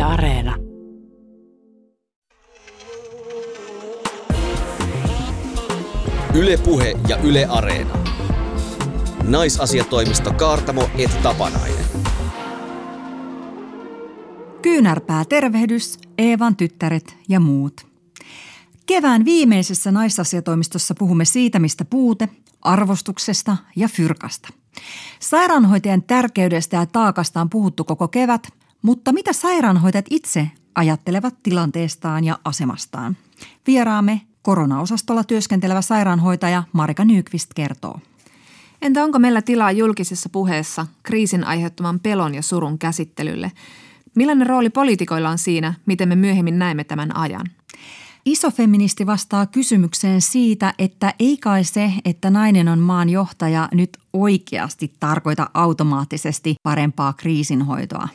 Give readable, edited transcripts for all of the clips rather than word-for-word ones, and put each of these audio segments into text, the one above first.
Areena. Yle Puhe ja Yle Areena. Naisasiatoimisto Kaartamo et Tapanainen. Kyynärpää tervehdys, Eevan tyttäret ja muut. Kevään viimeisessä naisasiatoimistossa puhumme siitä, mistä puute, arvostuksesta ja fyrkasta. Sairaanhoitajan tärkeydestä ja taakasta on puhuttu koko kevät, mutta mitä sairaanhoitajat itse ajattelevat tilanteestaan ja asemastaan? Vieraamme koronaosastolla työskentelevä sairaanhoitaja Marika Nyqvist kertoo. Entä onko meillä tilaa julkisessa puheessa kriisin aiheuttaman pelon ja surun käsittelylle? Millainen rooli poliitikoilla on siinä, miten me myöhemmin näemme tämän ajan? Isofeministi vastaa kysymykseen siitä, että ei kai se, että nainen on maan johtaja, nyt oikeasti tarkoita automaattisesti parempaa kriisinhoitoa.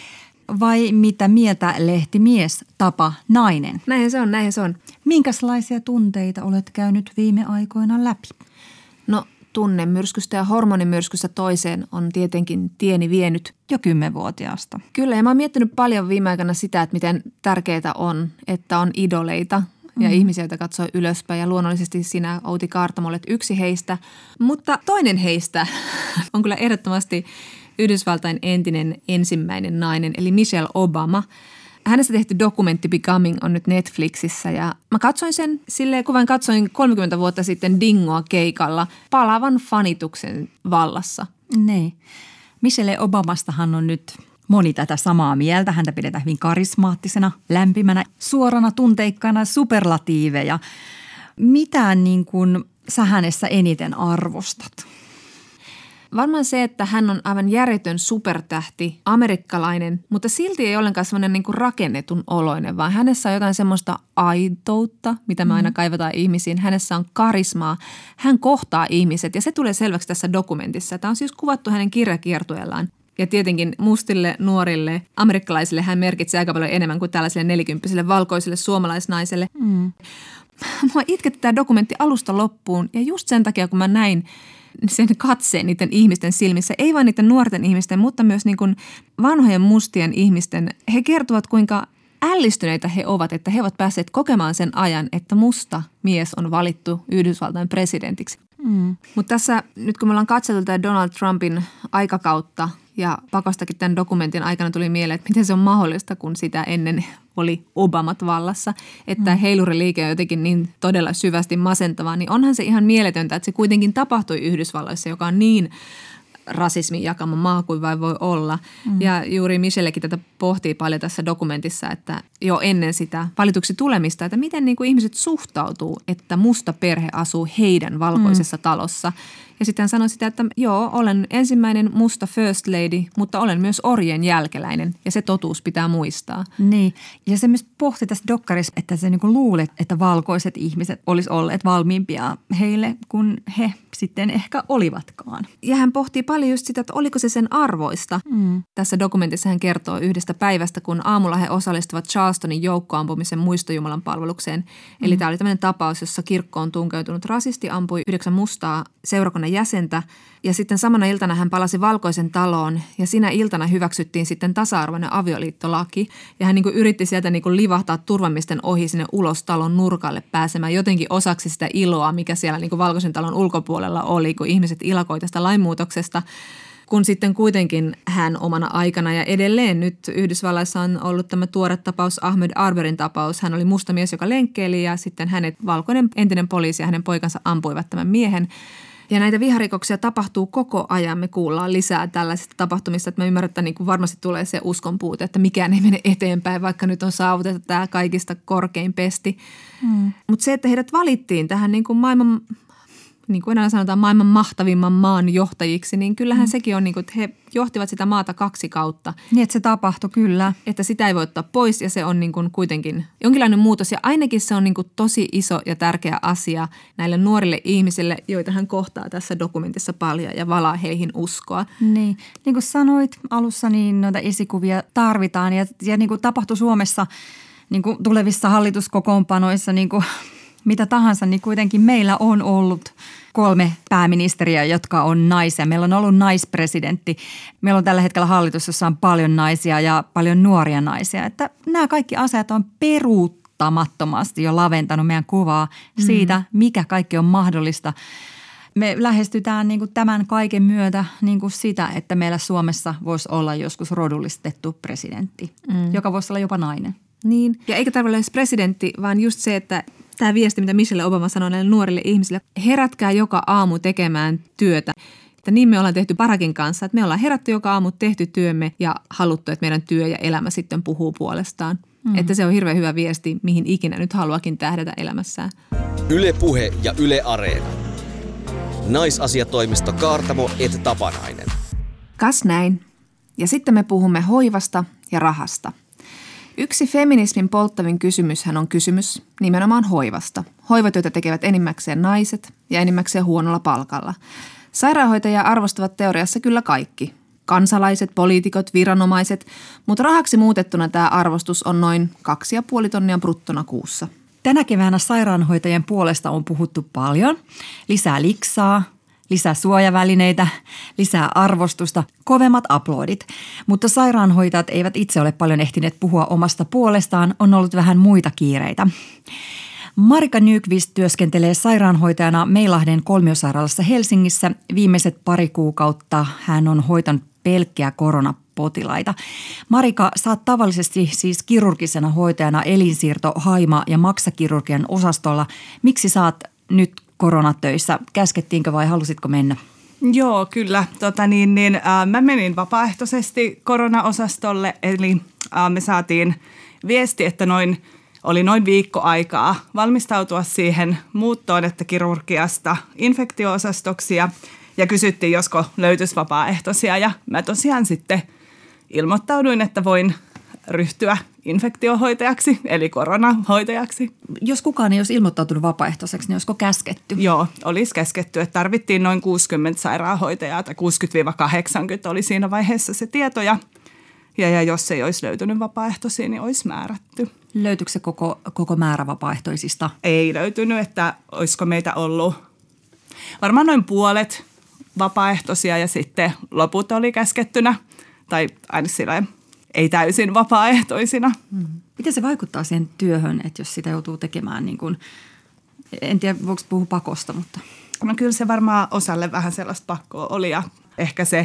Vai mitä mieltä lehtimies Tapa Nainen? Näinhän se on. Minkälaisia tunteita olet käynyt viime aikoina läpi? No, tunnemyrskystä ja hormonimyrskystä toiseen on tietenkin tieni vienyt. Jo 10-vuotiaasta. Kyllä, ja mä oon miettinyt paljon viime aikana sitä, että miten tärkeää on, että on idoleita ja ihmisiä, joita katsoo ylöspäin. Ja luonnollisesti sinä, Outi Kaartamo, olet yksi heistä. Mutta toinen heistä on kyllä ehdottomasti Yhdysvaltain entinen ensimmäinen nainen, eli Michelle Obama. Hänestä tehty dokumentti Becoming on nyt Netflixissä ja mä katsoin sen silleen, kun vain katsoin 30 vuotta sitten Dingoa keikalla palavan fanituksen vallassa. Niin. Michelle Obamastahan on nyt moni tätä samaa mieltä. Häntä pidetään hyvin karismaattisena, lämpimänä, suorana, tunteikkaana, superlatiiveja. Mitä niin kuin sä hänessä eniten arvostat? Varmaan se, että hän on aivan järjetön supertähti, amerikkalainen, mutta silti ei ollenkaan semmoinen niin kuin rakennetun oloinen, vaan hänessä on jotain semmoista aitoutta, mitä me aina kaivataan ihmisiin. Hänessä on karismaa, hän kohtaa ihmiset ja se tulee selväksi tässä dokumentissa. Tämä on siis kuvattu hänen kirjakiertueellaan. Ja tietenkin mustille, nuorille, amerikkalaisille hän merkitsee aika paljon enemmän kuin tällaisille 40-vuotiaille valkoisille suomalaisnaiselle. Mua itketti tämä dokumentti alusta loppuun ja just sen takia, kun mä näin sen katseen niiden ihmisten silmissä, ei vain niiden nuorten ihmisten, mutta myös niin kuin vanhojen mustien ihmisten. He kertovat, kuinka ällistyneitä he ovat, että he ovat päässeet kokemaan sen ajan, että musta mies on valittu Yhdysvaltain presidentiksi. Mutta tässä, nyt kun me ollaan katseltu tätä Donald Trumpin aikakautta ja pakostakin tämän dokumentin aikana tuli mieleen, että miten se on mahdollista, kun sitä ennen oli Obamat vallassa, että heiluriliike on jotenkin niin todella syvästi masentavaa, niin onhan se ihan mieletöntä, että se kuitenkin tapahtui Yhdysvalloissa, joka on niin rasismin jakama maa kuin vai voi olla. Ja juuri Michellekin tätä pohtii paljon tässä dokumentissa, että jo ennen sitä valituksi tulemista, että miten niin kuin ihmiset suhtautuu, että musta perhe asuu heidän valkoisessa talossa. Ja sitten hän sanoi sitä, että joo, olen ensimmäinen musta first lady, mutta olen myös orjen jälkeläinen ja se totuus pitää muistaa. Niin, ja se myös pohti tässä dokkarissa, että se niin kuin luuli, että valkoiset ihmiset olisi olleet valmiimpia heille, kun he sitten ehkä olivatkaan. Ja hän pohtii paljon just sitä, että oliko se sen arvoista. Tässä dokumentissa hän kertoo yhdestä päivästä, kun aamulla he osallistuvat Charlestonin joukkoampumisen muistojumalan palvelukseen. Eli tämä oli tämmöinen tapaus, jossa kirkkoon tunkeutunut rasisti ampui 9 mustaa seurakunnan jäsentä ja sitten samana iltana hän palasi Valkoisen taloon ja sinä iltana hyväksyttiin sitten tasa-arvoinen avioliittolaki ja hän niin kuin yritti sieltä niin kuin livahtaa turvamisten ohi sinne ulos talon nurkalle pääsemään jotenkin osaksi sitä iloa, mikä siellä niin kuin Valkoisen talon ulkopuolella oli, kun ihmiset ilakoi tästä lainmuutoksesta. Kun sitten kuitenkin hän omana aikana ja edelleen nyt Yhdysvalloissa on ollut tämä tuore tapaus, Ahmaud Arberin tapaus. Hän oli musta mies, joka lenkkeili ja sitten hänet valkoinen entinen poliisi ja hänen poikansa ampuivat tämän miehen. Ja näitä viharikoksia tapahtuu koko ajan. Me kuullaan lisää tällaisista tapahtumista, että me ymmärrän, että niin kuin varmasti tulee se uskon puute, että mikään ei mene eteenpäin, vaikka nyt on saavutettu tämä kaikista korkein pesti. Mutta se, että heidät valittiin tähän niin kuin maailman, niin kuin aina sanotaan, maailman mahtavimman maan johtajiksi, niin kyllähän sekin on, niin kuin, että he johtivat sitä maata 2 kautta. Niin, että se tapahtui kyllä. Että sitä ei voi ottaa pois ja se on niin kuin kuitenkin jonkinlainen muutos. Ja ainakin se on niin kuin tosi iso ja tärkeä asia näille nuorille ihmisille, joita hän kohtaa tässä dokumentissa paljon ja valaa heihin uskoa. Niin kuin sanoit alussa, niin noita esikuvia tarvitaan ja niin kuin tapahtui Suomessa niin kuin tulevissa hallituskokoonpanoissa niin kuin mitä tahansa, niin kuitenkin meillä on ollut 3 pääministeriä, jotka on naisia. Meillä on ollut naispresidentti. Meillä on tällä hetkellä hallitus, jossa on paljon naisia ja paljon nuoria naisia. Että nämä kaikki asiat on peruuttamattomasti jo laventanut meidän kuvaa siitä, mikä kaikki on mahdollista. Me lähestytään niin kuin tämän kaiken myötä niin kuin sitä, että meillä Suomessa voisi olla joskus rodullistettu presidentti, joka voisi olla jopa nainen. Niin, ja eikä tarvitse olla edes presidentti, vaan just se, että tämä viesti, mitä Michelle Obama sanoi näille nuorille ihmisille, herätkää joka aamu tekemään työtä. Että niin me ollaan tehty Barackin kanssa, että me ollaan herätty joka aamu, tehty työmme ja haluttu, että meidän työ ja elämä sitten puhuu puolestaan. Että se on hirveän hyvä viesti, mihin ikinä nyt haluakin tähdätä elämässään. Yle Puhe ja Yle Areena. Naisasiatoimisto Kaartamo et Tapanainen. Kas näin. Ja sitten me puhumme hoivasta ja rahasta. Yksi feminismin polttavin kysymyshän on kysymys nimenomaan hoivasta. Hoivatyötä tekevät enimmäkseen naiset ja enimmäkseen huonolla palkalla. Sairaanhoitajia arvostavat teoriassa kyllä kaikki. Kansalaiset, poliitikot, viranomaiset, mutta rahaksi muutettuna tämä arvostus on noin 2,5 tonnia bruttona kuussa. Tänä keväänä sairaanhoitajien puolesta on puhuttu paljon. Lisää liksaa, lisää suojavälineitä, lisää arvostusta, kovemmat aplodit. Mutta sairaanhoitajat eivät itse ole paljon ehtineet puhua omasta puolestaan, on ollut vähän muita kiireitä. Marika Nyqvist työskentelee sairaanhoitajana Meilahden Kolmiosairaalassa Helsingissä. Viimeiset 2 kuukautta hän on hoitanut pelkkiä koronapotilaita. Marika, sä oot tavallisesti siis kirurgisena hoitajana elinsiirto-, haima- ja maksakirurgian osastolla. Miksi sä oot nyt koronatöissä? Käskettiinkö vai halusitko mennä? Joo, kyllä. Mä menin vapaaehtoisesti koronaosastolle, eli me saatiin viesti, että oli noin viikko aikaa valmistautua siihen muuttoon, että kirurgiasta infektio-osastoksi ja kysyttiin, josko löytyisi vapaaehtoisia. Ja mä tosiaan sitten ilmoittauduin, että voin ryhtyä infektiohoitajaksi, eli koronahoitajaksi. Jos kukaan ei olisi ilmoittautunut vapaaehtoiseksi, niin olisiko käsketty? Joo, olisi käsketty, että tarvittiin noin 60 sairaanhoitajaa tai 60-80 oli siinä vaiheessa se tieto. Ja jos ei olisi löytynyt vapaaehtoisia, niin olisi määrätty. Löytyykö se koko määrä vapaaehtoisista? Ei löytynyt, että olisiko meitä ollut varmaan noin puolet vapaaehtoisia ja sitten loput oli käskettynä tai aina silleen ei täysin vapaaehtoisina. Miten se vaikuttaa siihen työhön, että jos sitä joutuu tekemään niin kuin, en tiedä voiko puhua pakosta, mutta. No kyllä se varmaan osalle vähän sellaista pakkoa oli ja ehkä se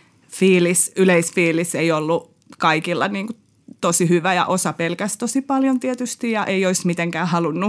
yleisfiilis ei ollut kaikilla niin kuin tosi hyvä ja osa pelkäsi tosi paljon tietysti ja ei olisi mitenkään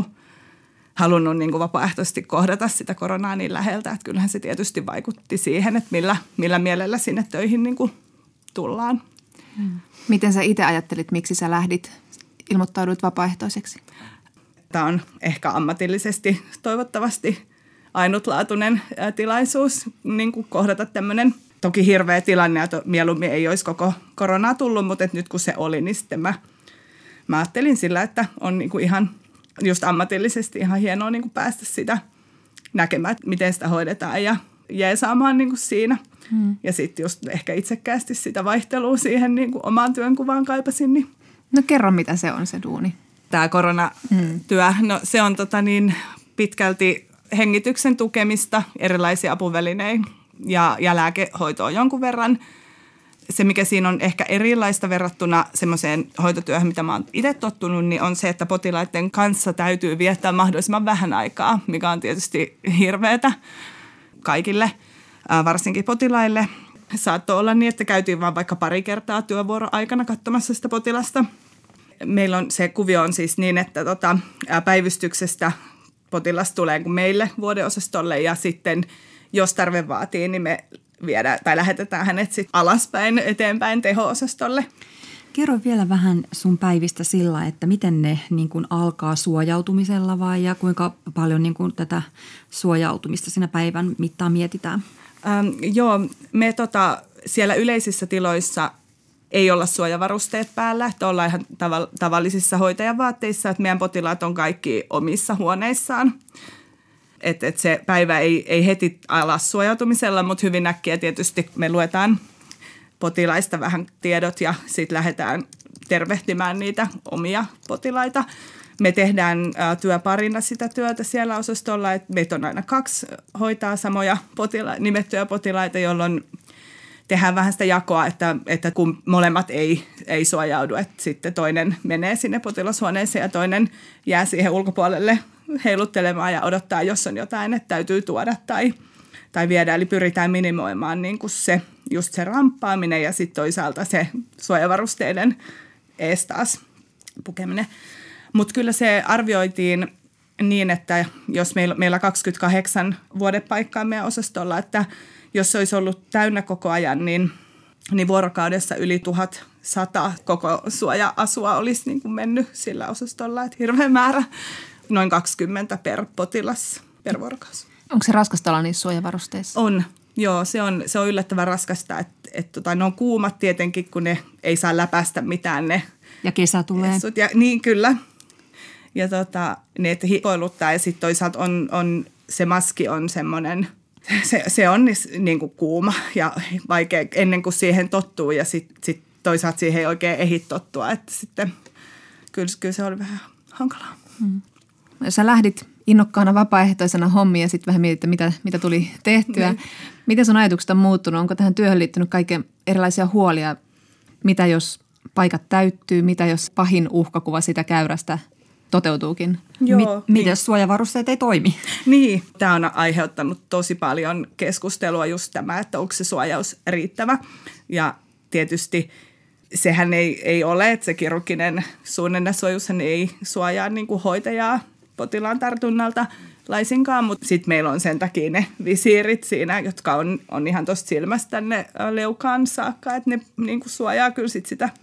halunnut niin kuin vapaaehtoisesti kohdata sitä koronaa niin läheltä. Että kyllähän se tietysti vaikutti siihen, että millä mielellä sinne töihin niin kuin tullaan. Miten sä itse ajattelit, miksi sä ilmoittauduit vapaaehtoiseksi? Tämä on ehkä ammatillisesti toivottavasti ainutlaatuinen tilaisuus niin kuin kohdata tämmöinen toki hirveä tilanne ja mieluummin ei olisi koko koronaa tullut, mutta nyt kun se oli, niin sitten mä ajattelin sillä, että on niin kuin ihan just ammatillisesti ihan hienoa niin kuin päästä sitä näkemään, miten sitä hoidetaan ja jeesaamaan niin kuin siinä. Ja sitten just ehkä itsekkäästi sitä vaihtelua siihen niin kuin omaan työnkuvaan kaipasin. Niin. No kerro, mitä se on se duuni. Tämä koronatyö, no se on pitkälti hengityksen tukemista, erilaisia apuvälineitä ja lääkehoitoa jonkun verran. Se, mikä siinä on ehkä erilaista verrattuna semmoiseen hoitotyöhön, mitä mä oon itse tottunut, niin on se, että potilaiden kanssa täytyy viettää mahdollisimman vähän aikaa, mikä on tietysti hirveätä kaikille, varsinkin potilaille. Saattoi olla niin, että käytiin vaan vaikka pari kertaa työvuoron aikana katsomassa sitä potilasta. Meillä on se kuvio on siis niin, että päivystyksestä potilas tulee kuin meille vuodeosastolle ja sitten jos tarve vaatii, niin me lähetetään hänet sitten alaspäin eteenpäin teho-osastolle. Kerro vielä vähän sun päivistä sillä, että miten ne niin kuin alkaa suojautumisella vai ja kuinka paljon niin kuin tätä suojautumista siinä päivän mittaan mietitään? Joo, me siellä yleisissä tiloissa ei olla suojavarusteet päällä, että ollaan ihan tavallisissa hoitajavaatteissa, että meidän potilaat on kaikki omissa huoneissaan. Että se päivä ei heti alas suojautumisella, mutta hyvin äkkiä tietysti me luetaan potilaista vähän tiedot ja sitten lähdetään tervehtimään niitä omia potilaita. Me tehdään työparina sitä työtä siellä osastolla, että meitä on aina 2 hoitaa samoja nimettyjä potilaita, jolloin tehdään vähän sitä jakoa, että kun molemmat ei suojaudu, että sitten toinen menee sinne potilashuoneeseen ja toinen jää siihen ulkopuolelle heiluttelemaan ja odottaa, jos on jotain, että täytyy tuoda tai viedä. Eli pyritään minimoimaan niin kuin just se ramppaaminen ja sitten toisaalta se suojavarusteiden ees taas pukeminen. Mutta kyllä se arvioitiin niin, että jos meillä 28 vuodepaikkaa meidän osastolla, että jos se olisi ollut täynnä koko ajan, niin vuorokaudessa yli 1100 koko suoja-asua olisi niin kuin mennyt sillä osastolla. Että hirveä määrä, noin 20 per potilas per vuorokausi. Onko se raskasta olla niissä suojavarusteissa? On, joo. Se on yllättävän raskasta. Ne on kuumat tietenkin, kun ne ei saa läpäistä mitään ne. Ja kesä tulee. Ja, niin, kyllä. Ja ne, että hikoiluttaa ja sitten toisaalta on se maski on semmoinen, se on niin kuin kuuma ja vaikea ennen kuin siihen tottuu ja sit toisaalta siihen ei oikein ehdi tottua, että sitten kyllä se oli vähän hankalaa. Sä lähdit innokkaana vapaaehtoisena hommiin ja sitten vähän mietit, mitä tuli tehtyä. Miten sun ajatukset on muuttunut? Onko tähän työhön liittynyt kaiken erilaisia huolia? Mitä jos paikat täyttyy? Mitä jos pahin uhkakuva sitä käyrästä toteutuukin? Mitä jos suojavarusteet ei toimi? Niin, tämä on aiheuttanut tosi paljon keskustelua just tämä, että onko se suojaus riittävä. Ja tietysti sehän ei ole, että se kirurginen suunnennäsuojushan ei suojaa niin kuin hoitajaa potilaan tartunnalta laisinkaan, mutta sitten meillä on sen takia ne visiirit siinä, jotka on ihan tuosta silmästä tänne leukaan saakka, että ne niin kuin suojaa kyllä sit sitä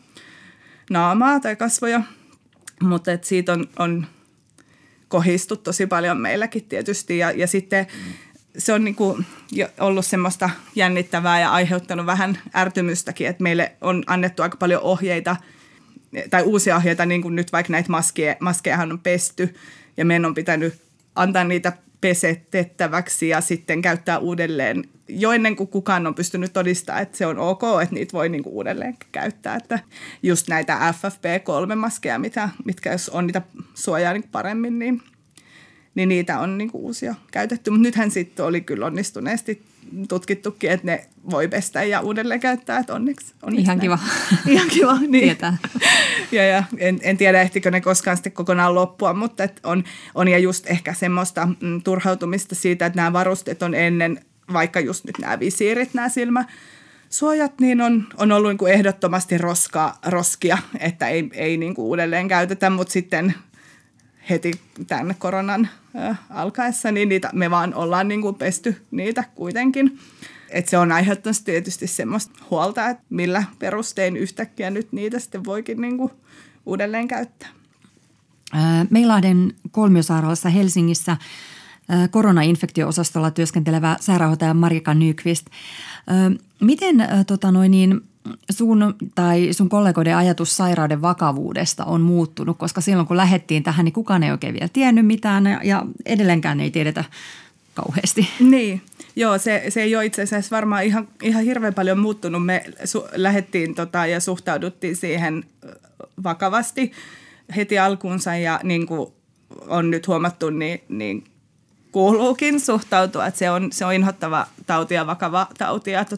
naamaa tai kasvoja. Mutta siitä on kohistu tosi paljon meilläkin tietysti ja sitten se on niinku ollut semmoista jännittävää ja aiheuttanut vähän ärtymystäkin, että meille on annettu aika paljon ohjeita tai uusia ohjeita, niin kuin nyt vaikka näitä maskejahan on pesty ja meidän on pitänyt antaa niitä pesetettäväksi ja sitten käyttää uudelleen jo ennen kuin kukaan on pystynyt todistamaan, että se on ok, että niitä voi niinku uudelleen käyttää. Että just näitä FFP3-maskeja, mitkä jos on niitä suojaa niinku paremmin, niin niitä on niinku uusia käytetty. Mutta nythän sitten oli kyllä onnistuneesti tutkittukin, että ne voi pestä ja uudelleen käyttää, että onneksi Ihan kiva. Ihan kiva, niin. Tietää. Ja en tiedä, ehtikö ne koskaan sitten kokonaan loppua, mutta on ja just ehkä semmoista turhautumista siitä, että nämä varusteet on ennen, vaikka just nyt nämä visiirit, nämä silmäsuojat, niin on ollut niin kuin ehdottomasti roskia, että ei niin kuin uudelleen käytetä, mutta sitten heti tämän koronan alkaessa, niin me vaan ollaan niin kuin pesty niitä kuitenkin. Et se on aiheuttanut tietysti semmoista huolta, että millä perustein yhtäkkiä nyt niitä sitten voikin niin kuin uudelleen käyttää. Meilahden Kolmiosairaalassa Helsingissä koronainfektio-osastolla työskentelevä sairaanhoitaja Marika Nyqvist. Miten sun kollegoiden ajatus sairauden vakavuudesta on muuttunut? Koska silloin kun lähdettiin tähän, niin kukaan ei oikein vielä tiennyt mitään ja edelleenkään ei tiedetä kauheasti. Niin, joo, se ei ole itse asiassa varmaan ihan hirveän paljon muuttunut. Me lähdettiin ja suhtauduttiin siihen vakavasti heti alkuunsa ja niin kuin on nyt huomattu, niin kuuluukin suhtautua, että se on inhottava tauti ja vakava tauti ja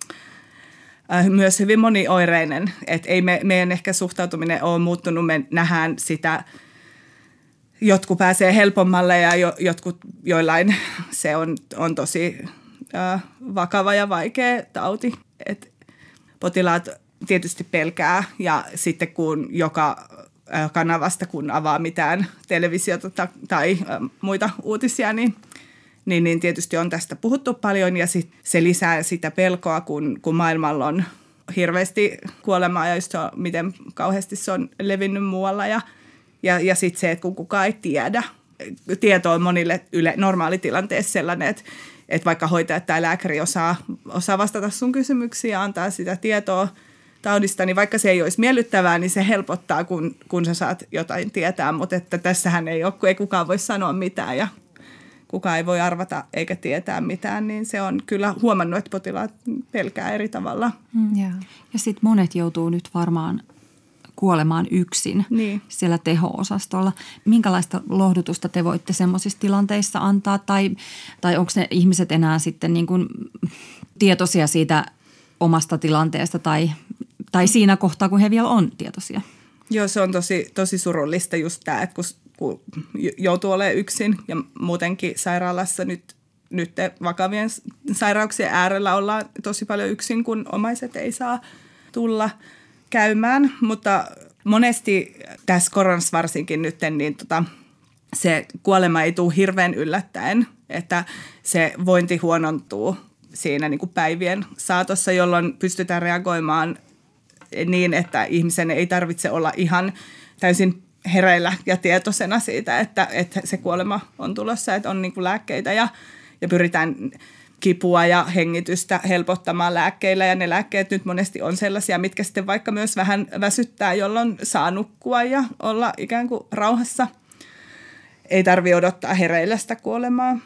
myös hyvin monioireinen, että ei meidän ehkä suhtautuminen ole muuttunut, me nähdään sitä, jotkut pääsee helpommalle ja jotkut joillain se on tosi vakava ja vaikea tauti, että potilaat tietysti pelkää ja sitten kun joka kanavasta, kun avaa mitään televisiota tai muita uutisia, niin tietysti on tästä puhuttu paljon ja se lisää sitä pelkoa, kun maailmalla on hirveästi kuolemaa ja just miten kauheasti se on levinnyt muualla ja sitten se, että kun kukaan ei tiedä. Tieto on monille normaalitilanteessa sellainen, että vaikka hoitajat tai lääkäri osaa vastata sun kysymyksiin ja antaa sitä tietoa taudista, niin vaikka se ei olisi miellyttävää, niin se helpottaa, kun sä saat jotain tietää, mutta että tässähän ei ole, kun ei kukaan voi sanoa mitään ja kukaan ei voi arvata eikä tietää mitään, niin se on kyllä huomannut, että potilaat pelkää eri tavalla. Ja sitten monet joutuu nyt varmaan kuolemaan yksin siellä teho-osastolla. Minkälaista lohdutusta te voitte semmoisissa tilanteissa antaa tai onko ne ihmiset enää sitten niin kuin tietoisia siitä omasta tilanteesta tai siinä kohtaa, kun he vielä on tietoisia? Joo, se on tosi surullista just tämä, että kun joutuu olemaan yksin ja muutenkin sairaalassa nyt vakavien sairauksien äärellä ollaan tosi paljon yksin, kun omaiset ei saa tulla käymään. Mutta monesti tässä koronassa varsinkin nyt, niin se kuolema ei tule hirveän yllättäen, että se vointi huonontuu siinä niin kuin päivien saatossa, jolloin pystytään reagoimaan niin, että ihmisen ei tarvitse olla ihan täysin hereillä ja tietoisena siitä, että se kuolema on tulossa, että on niin kuin lääkkeitä ja pyritään kipua ja hengitystä helpottamaan lääkkeillä. Ja ne lääkkeet nyt monesti on sellaisia, mitkä sitten vaikka myös vähän väsyttää, jolloin saa nukkua ja olla ikään kuin rauhassa. Ei tarvitse odottaa hereillä sitä kuolemaa.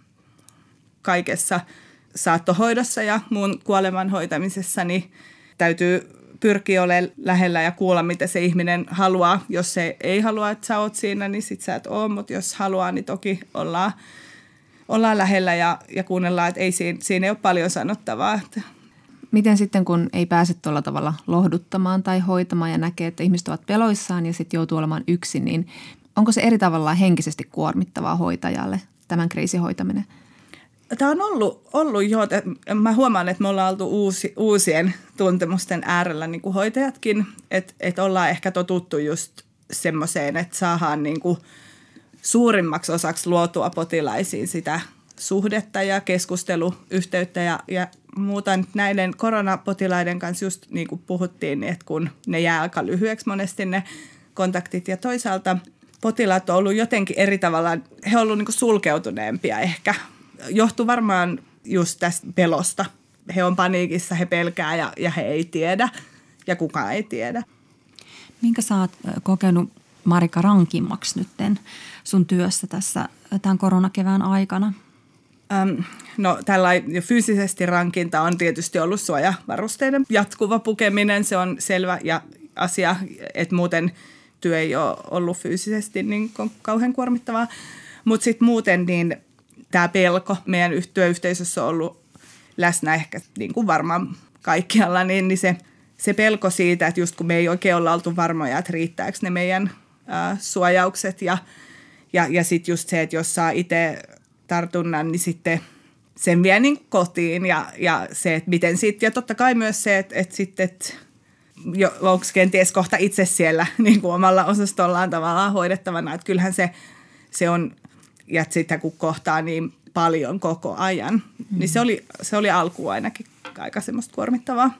Kaikessa saattohoidossa ja muun kuoleman hoitamisessa niin täytyy pyrkiä olemaan lähellä ja kuulla, mitä se ihminen haluaa. Jos se ei halua, että sä oot siinä, niin sit sä et ole, mutta jos haluaa, niin toki ollaan lähellä ja kuunnellaan, että siinä ei ole paljon sanottavaa. Miten sitten, kun ei pääse tuolla tavalla lohduttamaan tai hoitamaan ja näkee, että ihmiset ovat peloissaan ja sitten joutuu olemaan yksin, niin onko se eri tavalla henkisesti kuormittavaa hoitajalle tämän kriisin hoitaminen? Tämä on ollut jo. Mä huomaan, että me ollaan oltu uusien tuntemusten äärellä niin kuin hoitajatkin, että ollaan ehkä totuttu just semmoiseen, että saadaan niin kuin suurimmaksi osaksi luotua potilaisiin sitä suhdetta ja keskusteluyhteyttä ja muuta. Näiden koronapotilaiden kanssa just niin kuin puhuttiin, että kun ne jää aika lyhyeksi monesti ne kontaktit ja toisaalta potilaat on ollut jotenkin eri tavalla, he ovat olleet niin kuin sulkeutuneempia ehkä. Johtuu varmaan just tästä pelosta. He on paniikissa, he pelkää ja he ei tiedä ja kukaan ei tiedä. Minkä sä oot kokenut, Marika, rankimmaksi nytten sun työssä tässä tämän koronakevään aikana? No tällainen fyysisesti rankinta on tietysti ollut suojavarusteiden jatkuva pukeminen. Se on selvä ja asia, että muuten työ ei ole ollut fyysisesti niin kauhean kuormittavaa. Mutta sitten muuten niin tämä pelko meidän työyhteisössä on ollut läsnä ehkä niin kuin varmaan kaikkialla, niin se pelko siitä, että just kun me ei oikein olla oltu varmoja, että riittääkö ne meidän suojaukset ja sitten just se, että jos saa itse tartunnan, niin sitten sen vie niin kotiin ja se, että miten sitten, ja totta kai myös se, että sitten, onko kenties kohta itse siellä niin kuin omalla osastollaan tavallaan hoidettavana, että kyllähän se on, ja sitten kun kohtaa niin paljon koko ajan, niin se oli alkuun ainakin aika semmoista kuormittavaa.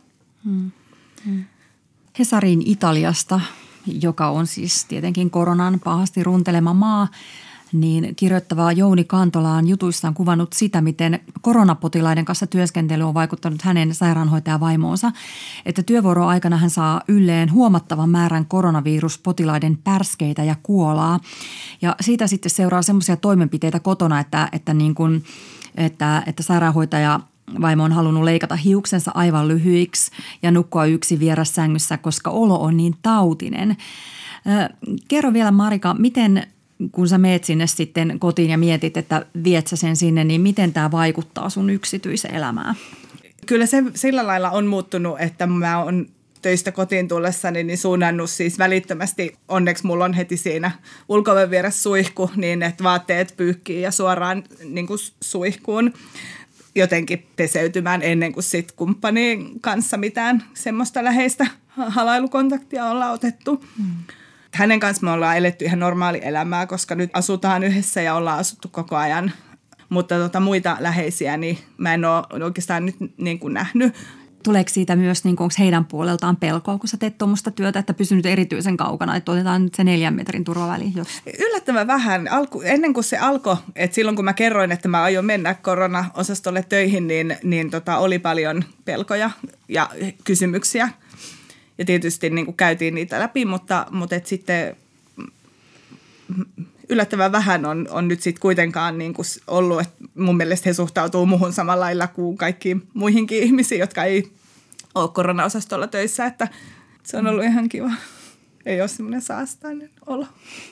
Hesarin Italiasta, joka on siis tietenkin koronan pahasti runtelema maa, niin kirjoittava Jouni Kantola on jutuissaan kuvannut sitä, miten koronapotilaiden kanssa työskentely on vaikuttanut hänen sairaanhoitajavaimoonsa, että työvuoroaikana hän saa ylleen huomattavan määrän koronaviruspotilaiden pärskeitä ja kuolaa. Ja siitä sitten seuraa semmoisia toimenpiteitä kotona, että sairaanhoitaja vaimo on halunnut leikata hiuksensa aivan lyhyiksi ja nukkua yksin vierassängyssä, koska olo on niin tautinen. Kerro vielä, Marika, miten kun sä meet sinne sitten kotiin ja mietit, että viet sä sen sinne, niin miten tämä vaikuttaa sun yksityiselämään? Kyllä se sillä lailla on muuttunut, että mä oon töistä kotiin tullessani niin suunnannut siis välittömästi, onneksi mulla on heti siinä ulko-oven vieressä suihku, niin että vaatteet pyyhkii ja suoraan niin kuin suihkuun jotenkin peseytymään ennen kuin sitten kumppanin kanssa mitään semmoista läheistä halailukontaktia ollaan otettu. Hänen kanssa me ollaan eletty ihan normaali elämää, koska nyt asutaan yhdessä ja ollaan asuttu koko ajan. Mutta muita läheisiä niin mä en ole oikeastaan nyt niin kuin nähnyt. Tuleeko siitä myös, niin onko heidän puoleltaan pelkoa, kun sä teet tuommoista työtä, että pysynyt erityisen kaukana, että otetaan nyt se 4 metrin turvaväli? Yllättävän vähän. Ennen kuin se alkoi, että silloin kun mä kerroin, että mä aion mennä korona-osastolle töihin, niin oli paljon pelkoja ja kysymyksiä. Ja tietysti niin kuin käytiin niitä läpi, mutta et sitten yllättävän vähän on nyt sitten kuitenkaan niin kuin ollut, että mun mielestä he suhtautuu muuhun samalla lailla kuin kaikkiin muihinkin ihmisiin, jotka ei ole korona-osastolla töissä, että se on ollut ihan kiva. ei ole semmoinen saastainen olo.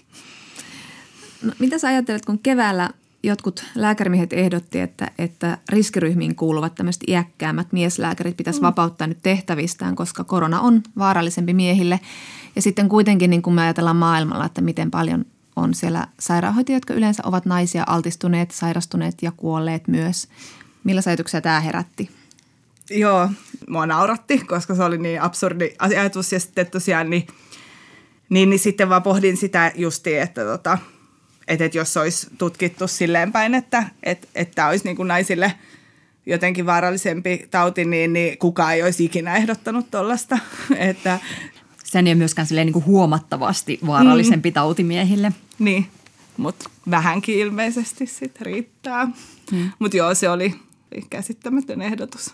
No, mitä sä ajattelet, kun keväällä jotkut lääkärimiehet ehdotti, että riskiryhmiin kuuluvat tämmöiset iäkkäämmät mieslääkärit pitäisi vapauttaa nyt tehtävistään, koska korona on vaarallisempi miehille. Ja sitten kuitenkin niin kun me ajatellaan maailmalla, että miten paljon on siellä sairaanhoitajia, jotka yleensä ovat naisia, altistuneet, sairastuneet ja kuolleet myös. Millaisia ajatuksia tämä herätti? Joo, mua nauratti, koska se oli niin absurdi ajatus ja sitten tosiaan niin sitten vaan pohdin sitä justiin, että jos olisi tutkittu silleen päin, että tämä olisi niin kuin naisille jotenkin vaarallisempi tauti, niin kukaan ei olisi ikinä ehdottanut tuollaista. Sen ei ole myöskään silleen niin kuin huomattavasti vaarallisempi tauti miehille. Niin, mutta vähänkin ilmeisesti sitten riittää. Mutta joo, se oli käsittämätön ehdotus.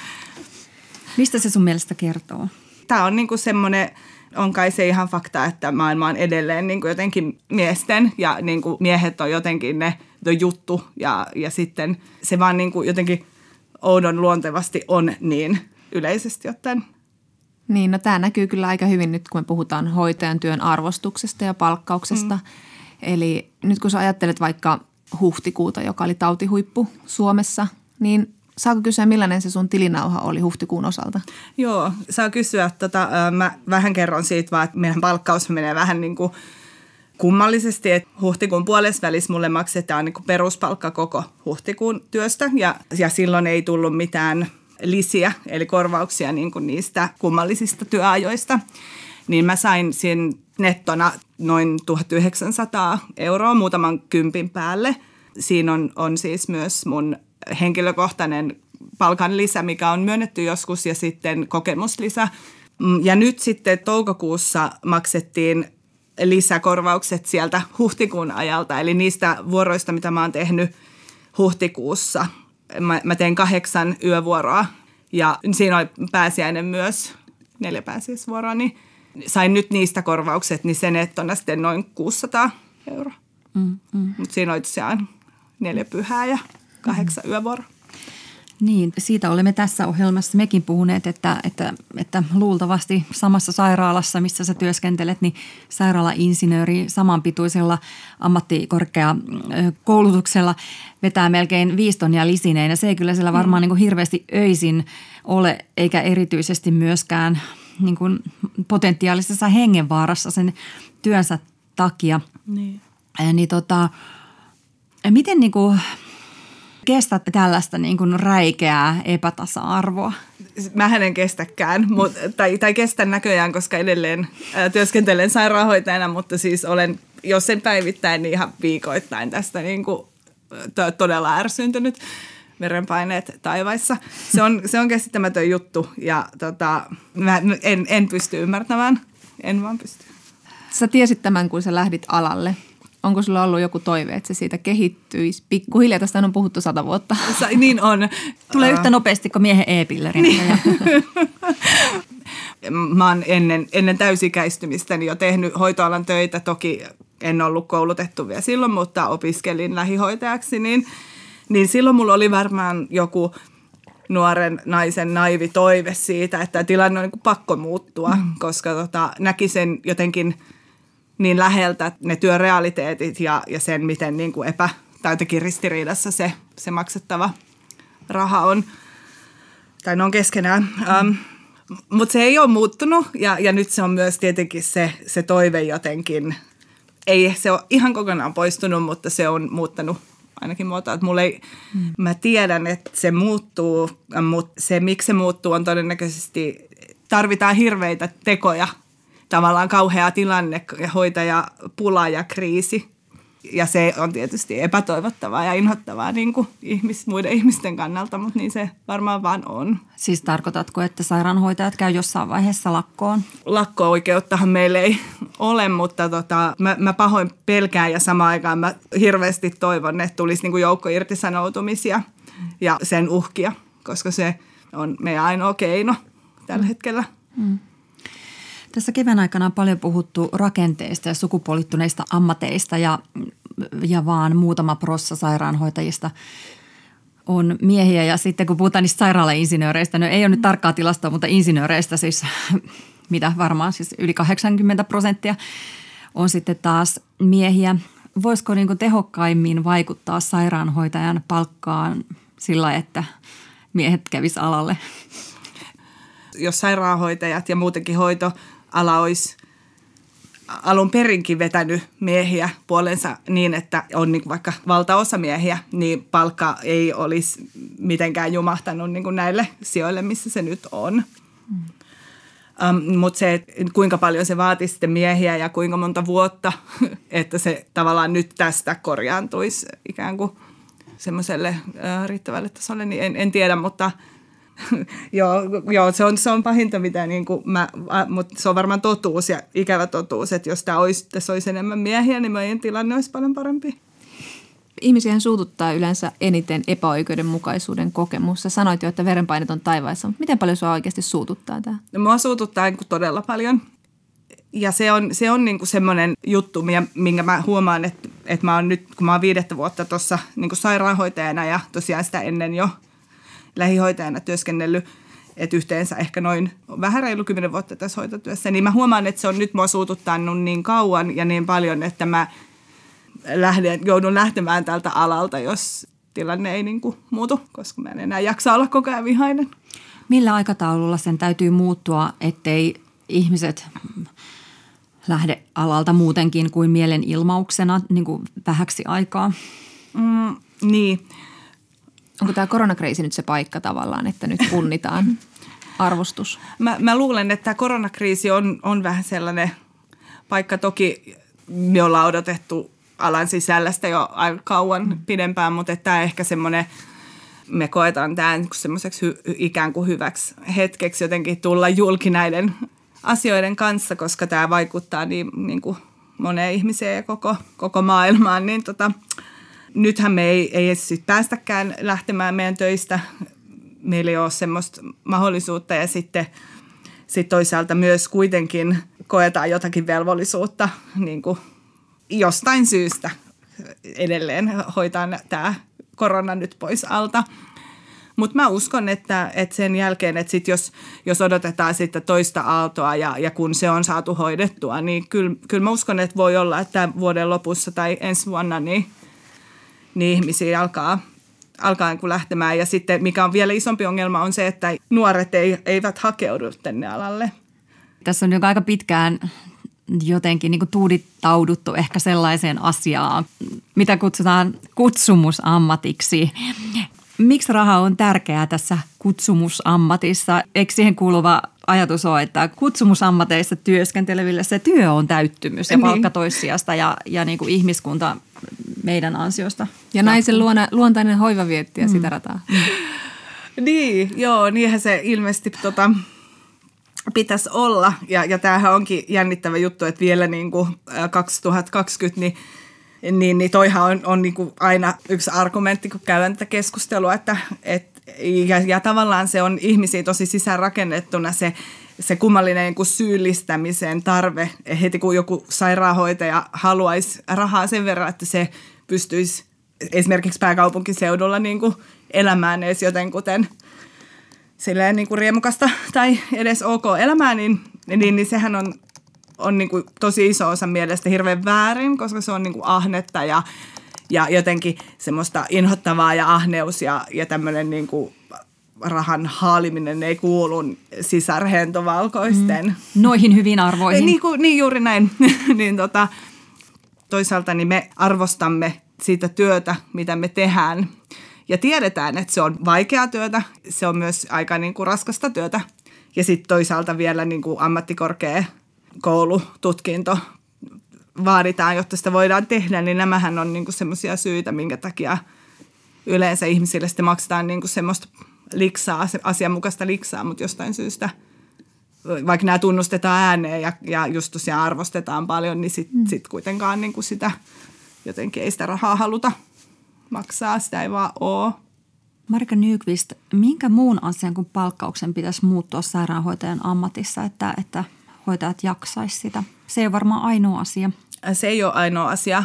Mistä se sun mielestä kertoo? Tämä on niinku semmoinen, on kai se ihan fakta, että maailma on edelleen niinku jotenkin miesten ja niinku miehet on jotenkin ne juttu ja sitten se vaan niinku jotenkin oudon luontevasti on niin yleisesti ottaen. Niin, no tämä näkyy kyllä aika hyvin nyt, kun me puhutaan hoitajan työn arvostuksesta ja palkkauksesta. Eli nyt kun sä ajattelet vaikka huhtikuuta, joka oli tautihuippu Suomessa, niin saako kysyä, millainen se sun tilinauha oli huhtikuun osalta? Joo, saa kysyä. Mä vähän kerron siitä vaan, että meidän palkkaus menee vähän niin kuin kummallisesti, että huhtikuun puolesvälissä mulle maksetaan niin kuin peruspalkka koko huhtikuun työstä ja silloin ei tullut mitään lisiä, eli korvauksia niin kuin niistä kummallisista työajoista. Niin mä sain siinä nettona noin 1 900 € muutaman kympin päälle. Siinä on siis myös mun henkilökohtainen palkanlisä, mikä on myönnetty joskus, ja sitten kokemuslisä. Ja nyt sitten toukokuussa maksettiin lisäkorvaukset sieltä huhtikuun ajalta, eli niistä vuoroista, mitä mä oon tehnyt huhtikuussa. Mä tein 8 yövuoroa ja siinä oli pääsiäinen myös, 4 pääsiäisvuoroa, niin sain nyt niistä korvaukset, niin se nettona sitten noin 600 €. Mutta siinä oli tosiaan 4 pyhää ja 8 yövuoroa. Niin, siitä olemme tässä ohjelmassa mekin puhuneet, että luultavasti samassa sairaalassa, missä sä työskentelet, niin sairaala-insinööri samanpituisella ammattikorkeakoulutuksella vetää melkein 5 tonnia lisineen. Ja se ei kyllä siellä varmaan niin kuin hirveästi öisin ole, eikä erityisesti myöskään niin kuin potentiaalisessa hengenvaarassa sen työnsä takia. Niin. Miten niin kuin kestät tällaista niin kuin räikeää epätasa-arvoa? Mähän en kestäkään, tai kestän näköjään, koska edelleen työskentelen sairaanhoitajana, mutta siis olen, jos en päivittäin, niin ihan viikoittain tästä niin kuin todella ärsyntynyt, verenpaineet taivaissa. Se on käsittämätön juttu ja mä en pysty ymmärtämään, en vaan pysty. Sä tiesit tämän, kun sä lähdit alalle. Onko sulla ollut joku toive, että se siitä kehittyisi pikkuhiljaa? Tästä on puhuttu 100 vuotta. Niin on. Tulee yhtä nopeasti kuin miehen e-pillerin. Niin. Mä oon ennen täysikäistymistäni jo tehnyt hoitoalan töitä. Toki en ollut koulutettu vielä silloin, mutta opiskelin lähihoitajaksi. Niin silloin mulla oli varmaan joku nuoren naisen naivi toive siitä, että tilanne on niin kuin pakko muuttua, koska näki sen jotenkin niin läheltä ne työrealiteetit ja sen, miten niin kuin tai jotenkin ristiriidassa se maksettava raha on, tai ne on keskenään. Mutta se ei ole muuttunut ja nyt se on myös tietenkin se toive jotenkin, ei se ole ihan kokonaan poistunut, mutta se on muuttanut ainakin muotoa. Että mä tiedän, että se muuttuu, mutta se miksi se muuttuu on todennäköisesti, tarvitaan hirveitä tekoja. Tavallaan kauhea tilanne ja hoitajapula ja kriisi. Ja se on tietysti epätoivottavaa ja inhottavaa niin kuin muiden ihmisten kannalta, mutta niin se varmaan vaan on. Siis tarkoitatko, että sairaanhoitajat käy jossain vaiheessa lakkoon? Lakko-oikeuttahan meillä ei ole, mutta mä pahoin pelkään ja samaan aikaan mä hirveästi toivon, että tulisi niin kuin joukkoirtisanoutumisia ja sen uhkia, koska se on meidän ainoa keino tällä hetkellä. Tässä kevään aikana on paljon puhuttu rakenteista ja sukupuolittuneista ammateista ja vaan muutama prossa sairaanhoitajista on miehiä. Ja sitten kun puhutaan niistä sairaala-insinööreistä, no ei ole nyt tarkkaa tilastoa, mutta insinööreistä siis mitä varmaan siis yli 80% on sitten taas miehiä. Voisiko niin kuin tehokkaimmin vaikuttaa sairaanhoitajan palkkaan sillä, että miehet kävis alalle? Jos sairaanhoitajat ja muutenkin hoitoala olisi alun perinkin vetänyt miehiä puolensa niin, että on niin kuin vaikka valtaosa miehiä, niin palkka ei olisi mitenkään jumahtanut niin kuin näille sijoille, missä se nyt on. Mutta se, että kuinka paljon se vaatii sitten miehiä ja kuinka monta vuotta, että se tavallaan nyt tästä korjaantuisi ikään kuin semmoiselle riittävälle tasolle, niin en tiedä, mutta joo, se on pahinta, mitä mutta se on varmaan totuus ja ikävä totuus, että jos tässä olisi enemmän miehiä, niin meidän tilanne olisi paljon parempi. Ihmisiähän suututtaa yleensä eniten epäoikeudenmukaisuuden kokemus. Sä sanoit jo, että verenpainet on taivaissa, mutta miten paljon sua oikeasti suututtaa tämä? No, mua suututtaa todella paljon. Ja se on niin kuin semmoinen juttu, minkä mä huomaan, että mä oon nyt, kun mä oon 5 vuotta tuossa niin kuin sairaanhoitajana ja tosiaan sitä ennen jo lähihoitajana työskennellyt, että yhteensä ehkä noin vähän reilu 10 vuotta tässä hoitotyössä, niin mä huomaan, että se on nyt mua suututtanut niin kauan ja niin paljon, että mä joudun lähtemään tältä alalta, jos tilanne ei niin kuin muutu, koska mä en enää jaksa olla koko ajan vihainen. Millä aikataululla sen täytyy muuttua, ettei ihmiset lähde alalta muutenkin kuin mielenilmauksena niin kuin vähäksi aikaa? Niin. Onko tämä koronakriisi nyt se paikka tavallaan, että nyt punnitaan arvostus? Mä luulen, että tämä koronakriisi on vähän sellainen paikka. Toki me ollaan odotettu alan sisällä sitä jo aika kauan pidempään, mutta tämä ehkä semmoinen, me koetaan tämän semmoiseksi ikään kuin hyväksi hetkeksi jotenkin tulla julki näiden asioiden kanssa, koska tämä vaikuttaa niin kuin moneen ihmiseen ja koko maailmaan, niin nythän me ei sit päästäkään lähtemään meidän töistä. Meillä ei ole semmoista mahdollisuutta ja sitten toisaalta myös kuitenkin koetaan jotakin velvollisuutta niin kuin jostain syystä edelleen hoitaa tämä korona nyt pois alta. Mutta mä uskon, että sen jälkeen, että sit jos odotetaan sitten toista aaltoa ja kun se on saatu hoidettua, niin kyllä mä uskon, että voi olla, että vuoden lopussa tai ensi vuonna niin ihmisiä alkaa niin kuin lähtemään. Ja sitten mikä on vielä isompi ongelma on se, että nuoret eivät hakeudu tänne alalle. Tässä on aika pitkään jotenkin niin kuin tuudittauduttu ehkä sellaiseen asiaan, mitä kutsutaan kutsumusammatiksi. Miksi raha on tärkeää tässä kutsumusammatissa? Eikö siihen kuuluva ajatus ole, että kutsumusammateissa työskenteleville se työ on täyttymys ja palkka toissijasta ja niin kuin ihmiskunta meidän ansiosta. Ja naisen luontainen hoivavietti ja sitä rataa. Niin, joo, niinhän se ilmeisesti pitäisi olla. Ja tämähän onkin jännittävä juttu, että vielä niin kuin 2020 niin toihan on niin kuin aina yksi argumentti, kun käydään tätä keskustelua, ja tavallaan se on ihmisiä tosi sisäänrakennettuna se kummallinen niin kuin syyllistämisen tarve, heti kun joku sairaanhoitaja haluaisi rahaa sen verran, että se pystyisi esimerkiksi pääkaupunkiseudulla niin kuin elämään edes jotenkuten silleen niin kuin riemukasta tai edes ok elämää, niin sehän on niin kuin tosi iso osa mielestä hirveän väärin, koska se on niin kuin ahnetta ja jotenkin semmoista inhottavaa ja ahneus ja tämmöinen niin kuin rahan haaliminen ei kuulu sisarhentovalkoisten. Noihin hyviin arvoihin. Niin juuri näin. niin toisaalta niin me arvostamme siitä työtä, mitä me tehdään ja tiedetään, että se on vaikeaa työtä. Se on myös aika niin kuin raskasta työtä ja sitten toisaalta vielä niin kuin ammattikorkeakoulututkinto vaaditaan, jotta sitä voidaan tehdä, niin nämähän on niinku semmoisia syitä, minkä takia yleensä ihmisille sitten maksetaan niinku semmoista liksaa, asianmukaista liksaa, mutta jostain syystä, vaikka nämä tunnustetaan ääneen ja just tosiaan arvostetaan paljon, niin sit kuitenkaan niinku sitä jotenkin ei sitä rahaa haluta maksaa, sitä ei vaan ole. Marika Nyqvist, minkä muun asian kuin palkkauksen pitäisi muuttua sairaanhoitajan ammatissa, että hoitajat jaksaisi sitä? Se ei ole varmaan ainoa asia. Se ei ole ainoa asia.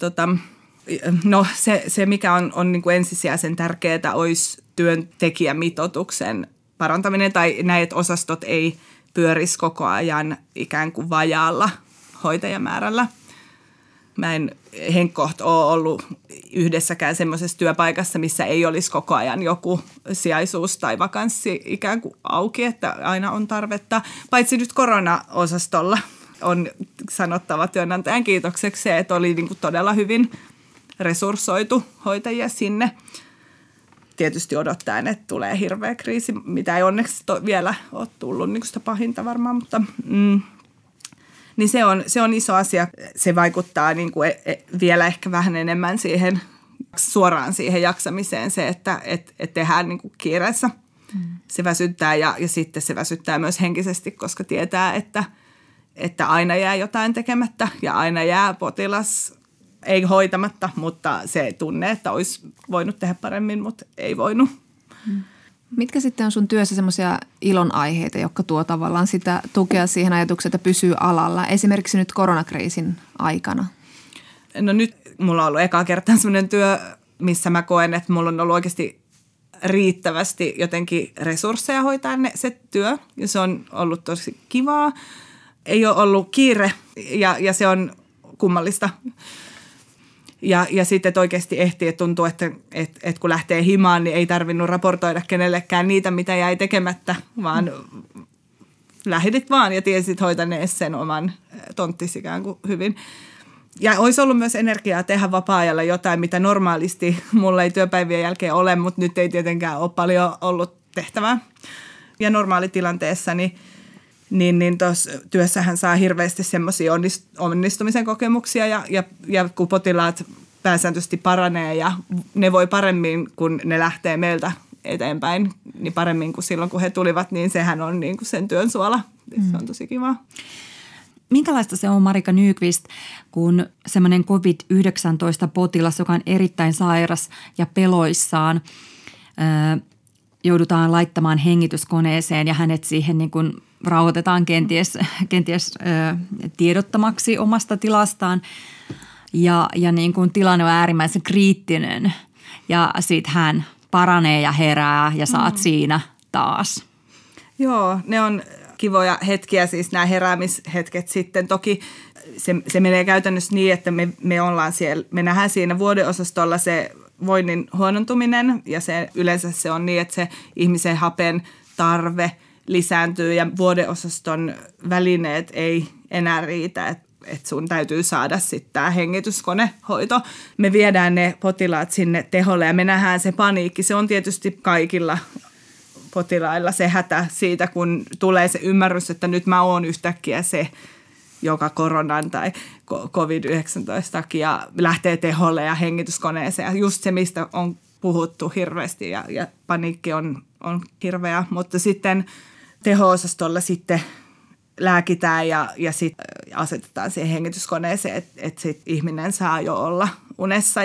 No se mikä on niin kuin ensisijaisen tärkeää, olisi työntekijämitoituksen parantaminen tai näitä osastot ei pyörisi koko ajan ikään kuin vajaalla hoitajamäärällä. Mä en henkkoht ole ollut yhdessäkään semmoisessa työpaikassa, missä ei olisi koko ajan joku sijaisuus tai vakanssi ikään kuin auki, että aina on tarvetta. Paitsi nyt korona-osastolla on sanottava työnantajan kiitokseksi se, että oli niin kuin todella hyvin resurssoitu hoitajia sinne. Tietysti odottaen, että tulee hirveä kriisi, mitä ei onneksi vielä ole tullut, niin kuin sitä pahinta varmaan, mutta niin se on iso asia. Se vaikuttaa niin kuin vielä ehkä vähän enemmän suoraan siihen jaksamiseen se, että tehdään niin kuin kiireessä. Se väsyttää ja sitten se väsyttää myös henkisesti, koska tietää, että aina jää jotain tekemättä ja aina jää potilas ei hoitamatta, mutta se tunne, että olisi voinut tehdä paremmin, mutta ei voinut. Mitkä sitten on sun työssä semmoisia ilonaiheita, jotka tuo tavallaan sitä tukea siihen ajatukseen, että pysyy alalla? Esimerkiksi nyt koronakriisin aikana. No nyt mulla on ollut ekaa kertaa semmoinen työ, missä mä koen, että mulla on ollut oikeasti riittävästi jotenkin resursseja hoitaa se työ. Ja se on ollut tosi kivaa. Ei ole ollut kiire ja se on kummallista. Ja sitten, että oikeasti ehtii, että tuntuu, että kun lähtee himaan, niin ei tarvinnut raportoida kenellekään niitä, mitä jäi tekemättä, vaan lähdit vaan ja tiesit hoitaneesi sen oman tonttisi ikään kuin hyvin. Ja olisi ollut myös energiaa tehdä vapaa-ajalla jotain, mitä normaalisti mulla ei työpäivien jälkeen ole, mutta nyt ei tietenkään ole paljon ollut tehtävää. Ja normaalitilanteessa niin tuossa työssähän saa hirveästi semmoisia onnistumisen kokemuksia ja kun potilaat pääsääntöisesti paranee ja ne voi paremmin, kun ne lähtee meiltä eteenpäin, niin paremmin kuin silloin, kun he tulivat, niin sehän on niin kuin sen työn suola. Se on tosi kivaa. Minkälaista se on, Marika Nyqvist, kun semmoinen COVID-19-potilas, joka on erittäin sairas ja peloissaan, joudutaan laittamaan hengityskoneeseen ja hänet siihen niin kuin rauhoitetaan kenties tiedottamaksi omasta tilastaan ja niin kuin tilanne on äärimmäisen kriittinen ja sitten hän paranee ja herää ja saat siinä taas. Joo, ne on kivoja hetkiä, siis nämä heräämishetket sitten. Toki se menee käytännössä niin, että me nähdään siinä vuodeosastolla se voinnin huonontuminen ja yleensä se on niin, että se ihmisen hapen tarve lisääntyy ja vuodeosaston välineet ei enää riitä, että sun täytyy saada sitten tämä hengityskonehoito. Me viedään ne potilaat sinne teholle ja me nähdään se paniikki. Se on tietysti kaikilla potilailla se hätä siitä, kun tulee se ymmärrys, että nyt mä oon yhtäkkiä se, joka koronan tai COVID-19 takia lähtee teholle ja hengityskoneeseen. Ja just se, mistä on puhuttu hirveästi ja paniikki on hirveä, mutta sitten teho-osastolla sitten lääkitään ja sitten asetetaan siihen hengityskoneeseen, että sitten ihminen saa jo olla unessa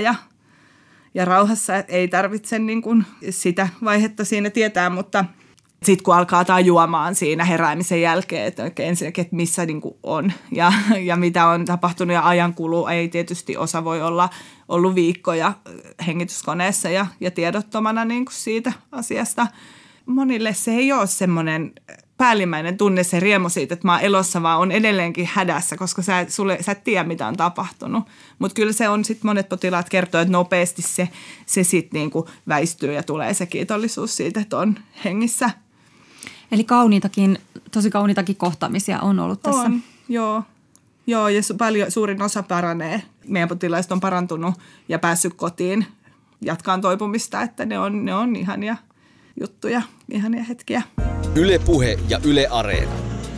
ja rauhassa. Ei tarvitse niin kuin sitä vaihetta siinä tietää, mutta sitten kun alkaa tajuamaan siinä heräämisen jälkeen, että ensinnäkin, että missä niin kuin on ja mitä on tapahtunut ja ajankulu, ei tietysti osa voi olla ollut viikkoja hengityskoneessa ja tiedottomana niin kuin siitä asiasta. Monille se ei ole semmoinen päällimmäinen tunne, se riemu siitä, että mä oon elossa, vaan on edelleenkin hädässä, koska sä et tiedä, mitä on tapahtunut. Mutta kyllä se on sitten, monet potilaat kertoo, että nopeasti se sitten niinku väistyy ja tulee se kiitollisuus siitä, että on hengissä. Eli tosi kauniitakin kohtaamisia on ollut tässä. On, joo ja suurin osa paranee. Meidän potilaista on parantunut ja päässyt kotiin jatkaan toipumista, että ne on ihania juttuja, ihania hetkiä. Yle Puhe ja Yle Areena.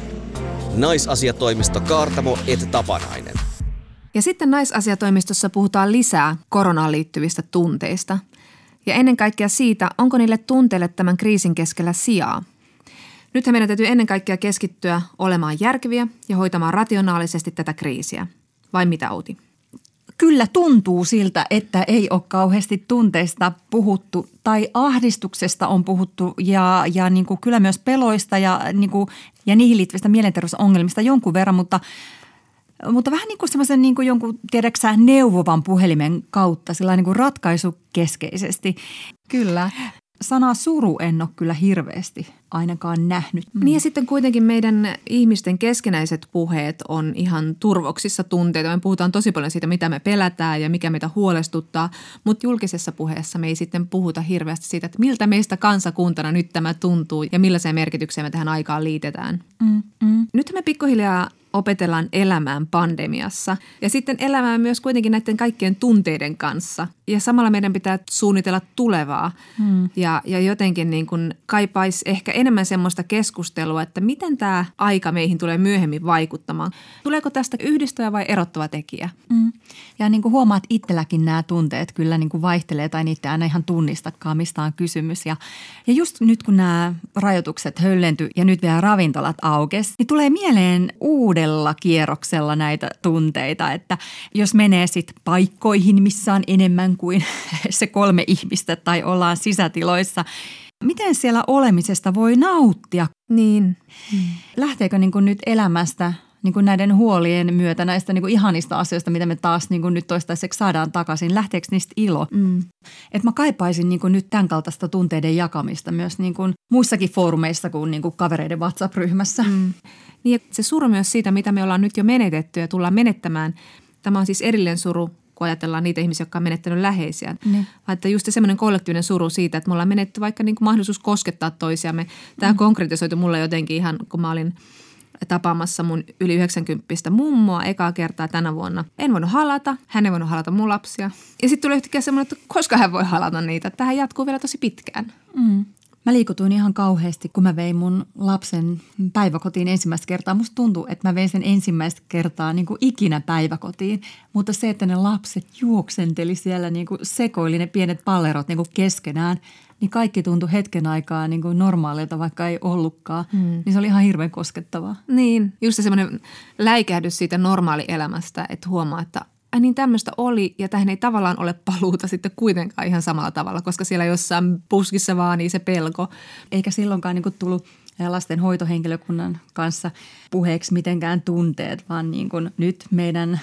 Naisasiatoimisto Kaartamo et Tapanainen. Ja sitten naisasiatoimistossa puhutaan lisää koronaan liittyvistä tunteista. Ja ennen kaikkea siitä, onko niille tunteille tämän kriisin keskellä sijaa. Nythän meidän täytyy ennen kaikkea keskittyä olemaan järkeviä ja hoitamaan rationaalisesti tätä kriisiä. Vai mitä, Outi? Kyllä tuntuu siltä, että ei ole kauheasti tunteista puhuttu tai ahdistuksesta on puhuttu ja niin kuin kyllä myös peloista ja niihin liittyvistä mielenterveysongelmista jonkun verran, mutta vähän niin kuin semmoisen niin kuin jonkun, tiedäksä, neuvovan puhelimen kautta, sillä niin kuin ratkaisukeskeisesti. Kyllä. Sanaa suru en ole kyllä hirveästi ainakaan nähnyt. Niin ja sitten kuitenkin meidän ihmisten keskenäiset puheet on ihan turvoksissa tunteita. Me puhutaan tosi paljon siitä, mitä me pelätään ja mikä meitä huolestuttaa, mutta julkisessa puheessa me ei sitten puhuta hirveästi siitä, että miltä meistä kansakuntana nyt tämä tuntuu ja millaiseen merkitykseen me tähän aikaan liitetään. Nyt me pikkuhiljaa opetellaan elämään pandemiassa ja sitten elämään myös kuitenkin näiden kaikkien tunteiden kanssa. Ja samalla meidän pitää suunnitella tulevaa ja jotenkin niin kuin kaipaisi ehkä enemmän semmoista keskustelua, että miten tämä aika meihin tulee myöhemmin vaikuttamaan. Tuleeko tästä yhdistävä vai erottava tekijä? Ja niin kuin huomaat, itselläkin nämä tunteet kyllä niin kuin vaihtelee tai niitä aina ihan tunnistakaan, mistä on kysymys. Ja just nyt kun nämä rajoitukset höllentyi ja nyt vielä ravintolat aukesi, niin tulee mieleen uudella kierroksella näitä tunteita, että jos menee sitten paikkoihin, missä on enemmän kuin se 3 ihmistä tai ollaan sisätiloissa, miten siellä olemisesta voi nauttia? Niin. Lähteekö niin kuin nyt elämästä niin kuin näiden huolien myötä näistä niin kuin ihanista asioista, mitä me taas niin kuin nyt toistaiseksi saadaan takaisin, lähteekö niistä ilo? Että mä kaipaisin niin kuin nyt tämän kaltaista tunteiden jakamista myös niin kuin muissakin foorumeissa kuin, kavereiden WhatsApp-ryhmässä. Niin ja se suru myös siitä, mitä me ollaan nyt jo menetetty ja tullaan menettämään. Tämä on siis erillinen suru, kun ajatellaan niitä ihmisiä, jotka on menettänyt läheisiään. Että just semmoinen kollektiivinen suru siitä, että me ollaan menetty vaikka niin kuin mahdollisuus koskettaa toisiamme. Tämä konkretisoitu mulle jotenkin ihan, kun mä olin tapaamassa mun yli 90 mummoa ekaa kertaa tänä vuonna. En voinut halata, hän ei voinut halata mun lapsia. Ja sitten tuli yhtäkkiä semmoinen, että koska hän voi halata niitä. Tähän jatkuu vielä tosi pitkään. Mä liikutuin ihan kauheasti, kun mä vein mun lapsen päiväkotiin ensimmäistä kertaa. Musta tuntuu, että mä vein sen ensimmäistä kertaa niin kuin ikinä päiväkotiin. Mutta se, että ne lapset juoksenteli siellä, niin kuin sekoili ne pienet pallerot niin kuin keskenään, niin kaikki tuntui hetken aikaa niin kuin normaalilta, vaikka ei ollutkaan. Niin se oli ihan hirveän koskettavaa. Niin, just se semmoinen läikähdys siitä normaalielämästä, että huomaa, että ai niin tämmöistä oli ja tähän ei tavallaan ole paluuta sitten kuitenkaan ihan samalla tavalla, koska siellä jossain puskissa vaanii se pelko. Eikä silloinkaan niin kuin tullut lasten hoitohenkilökunnan kanssa puheeksi mitenkään tunteet, vaan niin kuin nyt meidän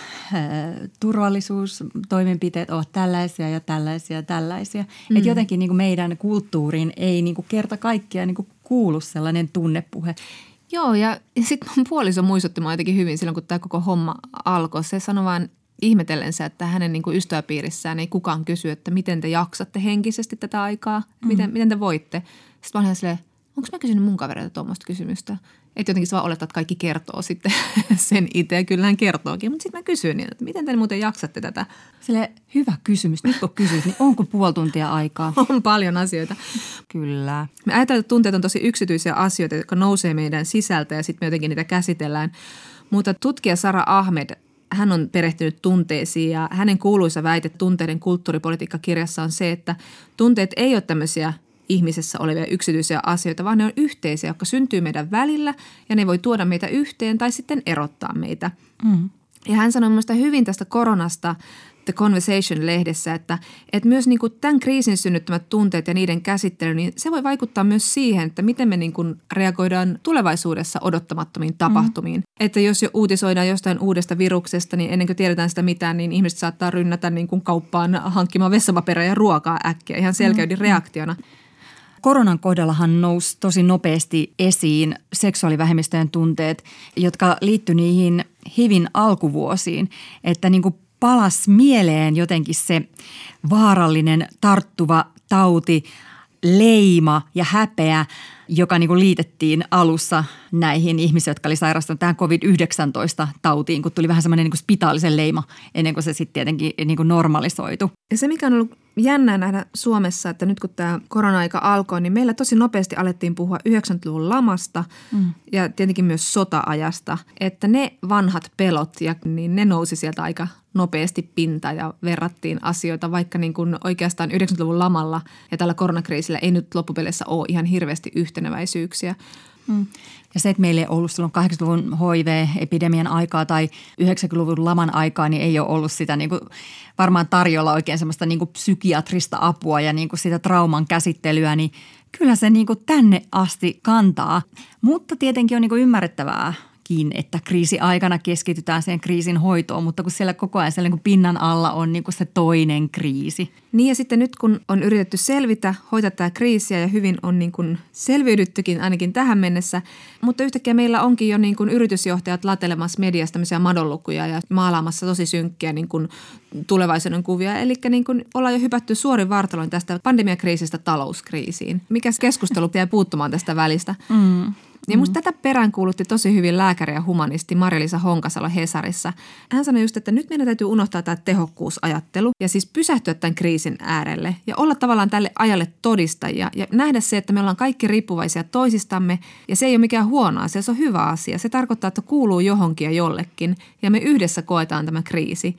turvallisuustoimenpiteet ovat tällaisia ja tällaisia ja tällaisia. Että jotenkin niin kuin meidän kulttuuriin ei niin kuin kerta kaikkiaan niin kuin kuulu sellainen tunnepuhe. Joo ja sitten mun puoliso muistutti mua jotenkin hyvin silloin, kun tämä koko homma alkoi. Se sanoi vaan ihmetellensä, että hänen niin kuin ystäväpiirissään ei kukaan kysy, että miten te jaksatte henkisesti tätä aikaa, miten te voitte. Sitten mä olin silleen, onko mä kysynyt mun kavereilta tuommoista kysymystä? Että jotenkin sä vaan olettaa, että kaikki kertoo sitten sen itse ja kyllähän kertookin. Mutta sitten mä kysyin, että miten te muuten jaksatte tätä? Silleen, hyvä kysymys. Nyt kun kysyt, niin onko puoli tuntia aikaa? On paljon asioita. Kyllä. Me ajatellaan, että tunteet on tosi yksityisiä asioita, jotka nousee meidän sisältä ja sitten me jotenkin niitä käsitellään. Mutta tutkija Sara Ahmed, hän on perehtynyt tunteisiin ja hänen kuuluisa väite tunteiden kulttuuripolitiikka-kirjassa on se, että tunteet ei ole tämmöisiä ihmisessä olevia yksityisiä asioita, vaan ne on yhteisiä, jotka syntyy meidän välillä ja ne voi tuoda meitä yhteen tai sitten erottaa meitä. Ja hän sanoi minusta hyvin tästä koronasta The Conversation-lehdessä, että myös niin kuin tämän kriisin synnyttämät tunteet ja niiden käsittely, niin se voi vaikuttaa myös siihen, että miten me niin kuin reagoidaan tulevaisuudessa odottamattomiin tapahtumiin. Että jos jo uutisoidaan jostain uudesta viruksesta, niin ennen kuin tiedetään sitä mitään, niin ihmiset saattaa rynnätä niin kuin kauppaan hankkimaan vessapaperia ja ruokaa äkkiä ihan selkeydin reaktiona. Koronan kohdallahan nousi tosi nopeasti esiin seksuaalivähemmistöjen tunteet, jotka liittyi niihin HIVin alkuvuosiin, että niin kuin palasi mieleen jotenkin se vaarallinen tarttuva tauti, leima ja häpeä, joka niin kuin liitettiin alussa näihin ihmisiin, jotka oli sairastuneet tähän COVID-19-tautiin, kun tuli vähän semmoinen niin kuin spitaalisen leima ennen kuin se sitten tietenkin niin kuin normalisoitu. Ja se, mikä on ollut jännää nähdä Suomessa, että nyt kun tämä korona-aika alkoi, niin meillä tosi nopeasti alettiin puhua 90-luvun lamasta ja tietenkin myös sota-ajasta, että ne vanhat pelot, niin ne nousi sieltä aika nopeasti pintaan ja verrattiin asioita, vaikka niin kuin oikeastaan 90-luvun lamalla ja tällä koronakriisillä ei nyt loppupeleissä ole ihan hirveästi yhteneväisyyksiä. Ja se, että meillä ei ollut silloin 80-luvun HIV-epidemian aikaa tai 90-luvun laman aikaa, niin ei ole ollut sitä niin kuin varmaan tarjolla oikein semmoista niin kuin psykiatrista apua ja niin kuin sitä trauman käsittelyä, niin kyllä se niin kuin tänne asti kantaa. Mutta tietenkin on niin kuin ymmärrettävää että kriisiaikana keskitytään siihen kriisin hoitoon, mutta kun siellä koko ajan siellä niin kuin pinnan alla on niin kuin se toinen kriisi. Niin ja sitten nyt kun on yritetty selvitä, hoitaa tämä kriisiä ja hyvin on niin kuin selviydyttykin ainakin tähän mennessä, mutta yhtäkkiä meillä onkin jo niin kuin yritysjohtajat latelemassa mediasta tämmöisiä madonlukuja ja maalaamassa tosi synkkiä niin kuin tulevaisuuden kuvia. Eli niin kuin ollaan jo hypätty suorin vartaloin tästä pandemiakriisistä talouskriisiin. Mikä keskustelu pitää puuttumaan tästä välistä? Ja musta tätä peräänkuulutti tosi hyvin lääkäri ja humanisti Marja-Liisa Honkasalo Hesarissa. Hän sanoi just, että nyt meidän täytyy unohtaa tämä tehokkuusajattelu ja siis pysähtyä tämän kriisin äärelle ja olla tavallaan tälle ajalle todistajia ja nähdä se, että me ollaan kaikki riippuvaisia toisistamme ja se ei ole mikään huono asia, se on hyvä asia. Se tarkoittaa, että kuuluu johonkin ja jollekin ja me yhdessä koetaan tämä kriisi.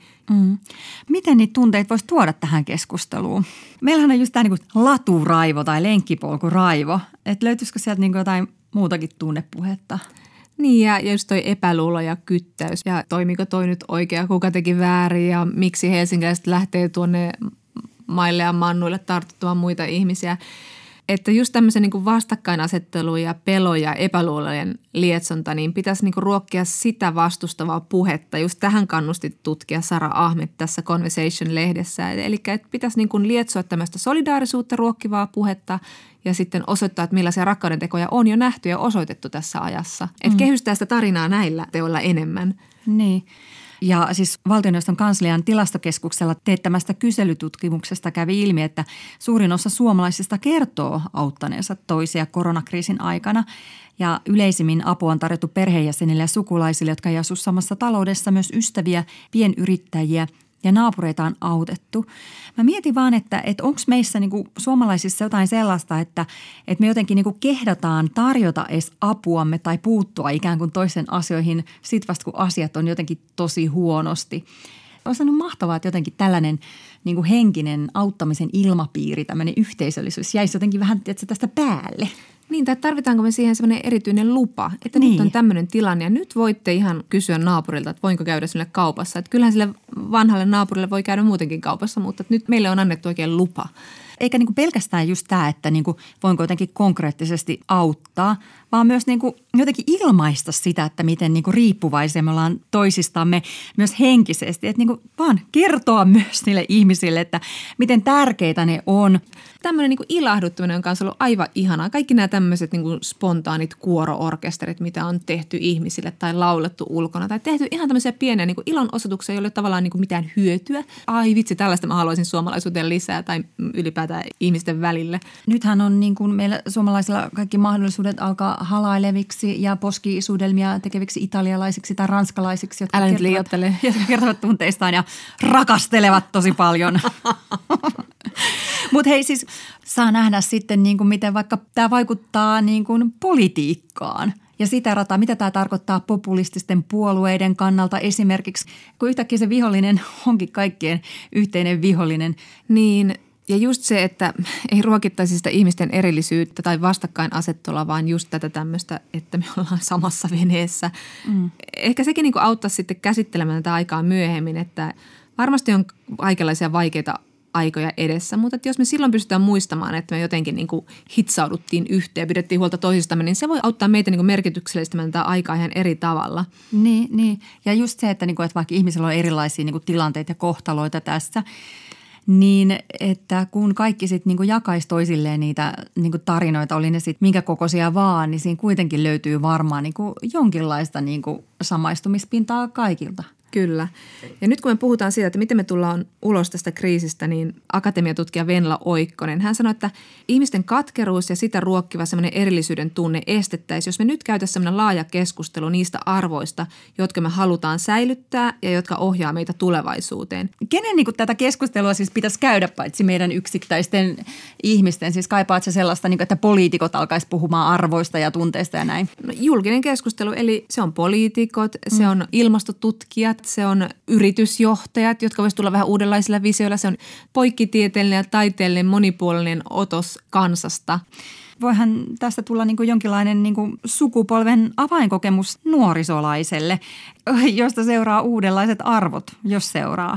Miten niitä tunteita voisi tuoda tähän keskusteluun? Meillähän on just tämä niin kuin laturaivo tai lenkkipolkuraivo, että löytyisikö sieltä niin kuin jotain muutakin tunnepuhetta? Niin ja just toi epäluulo ja kyttäys ja toimiko toi nyt oikein, kuka teki väärin ja miksi helsinkiläiset lähtee tuonne maille ja mannuille tartuttamaan muita ihmisiä. Että just tämmöisen niin kuin vastakkainasettelu ja pelo ja epäluulojen lietsonta, niin pitäisi niin kuin ruokkia sitä vastustavaa puhetta. Just tähän kannusti tutkija Sara Ahmed tässä Conversation-lehdessä. Eli että pitäisi niin kuin lietsoa tämmöistä solidaarisuutta ruokkivaa puhetta ja sitten osoittaa, että millaisia rakkaudentekoja on jo nähty ja osoitettu tässä ajassa. Että kehystää sitä tarinaa näillä teoilla enemmän. Niin. Ja siis valtioneuvoston kanslian tilastokeskuksella teettämästä kyselytutkimuksesta kävi ilmi, että suurin osa suomalaisista kertoo auttaneensa toisia koronakriisin aikana. Ja yleisimmin apua on tarjottu perheenjäsenille ja sukulaisille, jotka ei asu samassa taloudessa, myös ystäviä, pienyrittäjiä ja naapureita on autettu. Mä mietin vaan, että onko meissä niinku suomalaisissa jotain sellaista, että me jotenkin niinku kehdataan tarjota edes apuamme tai puuttua ikään kuin toisen asioihin sit vasta, kun asiat on jotenkin tosi huonosti. Olisi ollut mahtavaa, että jotenkin tällainen niinku henkinen auttamisen ilmapiiri, tämmöinen yhteisöllisyys jäisi jotenkin vähän tästä päälle. Niin, tai tarvitaanko me siihen sellainen erityinen lupa, että nyt on tämmöinen tilanne ja nyt voitte ihan kysyä naapurilta, että voinko käydä sille kaupassa. Että kyllähän sille vanhalle naapurille voi käydä muutenkin kaupassa, mutta nyt meille on annettu oikein lupa. Eikä niinku pelkästään just tämä, että niinku voinko jotenkin konkreettisesti auttaa, vaan myös niinku jotenkin ilmaista sitä, että miten niinku riippuvaisia me ollaan toisistamme myös henkisesti. Että niinku vaan kertoa myös niille ihmisille, että miten tärkeitä ne on. Tämmöinen niinku ilahduttaminen on kanssa ollut aivan ihanaa. Kaikki nämä tämmöiset niinku spontaanit kuoro-orkesterit, mitä on tehty ihmisille tai laulettu ulkona tai tehty ihan tämmöisiä pieniä niinku ilonosoituksia, joille tavallaan niinku mitään hyötyä. Ai vitsi, tällaista mä haluaisin suomalaisuuteen lisää tai ylipäätään ihmisten välille. Nythän on niin kuin meillä suomalaisilla kaikki mahdollisuudet alkaa halaileviksi ja poski-suudelmia tekeviksi italialaisiksi tai ranskalaisiksi, jotka älä nyt liioittele. Kertovat tunteistaan ja rakastelevat tosi paljon. Mutta hei siis saa nähdä sitten niin kuin miten vaikka tämä vaikuttaa niin kuin politiikkaan. Ja sitä rataa, mitä tämä tarkoittaa populististen puolueiden kannalta esimerkiksi, kun yhtäkkiä se vihollinen onkin kaikkien yhteinen vihollinen. Niin, ja just se, että ei ruokittaisi sitä ihmisten erillisyyttä tai vastakkainasettelua, vaan just tätä tämmöistä, että me ollaan samassa veneessä. Ehkä sekin niin kuin auttaisi sitten käsittelemään tätä aikaa myöhemmin, että varmasti on kaikenlaisia vaikeita aikoja edessä, mutta että jos me silloin pystytään muistamaan, että me jotenkin niin kuin hitsauduttiin yhteen ja pidettiin huolta toisistamme, niin se voi auttaa meitä niin kuin merkityksellistämään tätä aikaa ihan eri tavalla. Niin. Ja just se, että vaikka ihmisillä on erilaisia niin kuin tilanteita ja kohtaloita tässä, niin että kun kaikki sitten niin jakaisi toisilleen niitä niin tarinoita, oli ne sitten minkä kokoisia vaan, niin siinä kuitenkin löytyy varmaan niin jonkinlaista niin samaistumispintaa kaikilta. Kyllä. Ja nyt kun me puhutaan siitä, että miten me tullaan ulos tästä kriisistä, niin akatemiatutkija Venla Oikkonen, hän sanoi, että ihmisten katkeruus ja sitä ruokkiva semmoinen erillisyyden tunne estettäisiin, jos me nyt käytäisiin semmoinen laaja keskustelu niistä arvoista, jotka me halutaan säilyttää ja jotka ohjaa meitä tulevaisuuteen. Kenen niin kuin tätä keskustelua siis pitäisi käydä paitsi meidän yksittäisten ihmisten? Siis kaipaat se sellaista, niin kuin, että poliitikot alkaisi puhumaan arvoista ja tunteista ja näin? No, julkinen keskustelu, eli se on poliitikot, se on ilmastotutkijat, se on yritysjohtajat, jotka voisivat tulla vähän uudenlaisilla visioilla. Se on poikkitieteellinen ja taiteellinen monipuolinen otos kansasta. Voihan tästä tulla niin kuin jonkinlainen niin kuin sukupolven avainkokemus nuorisolaiselle, josta seuraa uudenlaiset arvot, jos seuraa.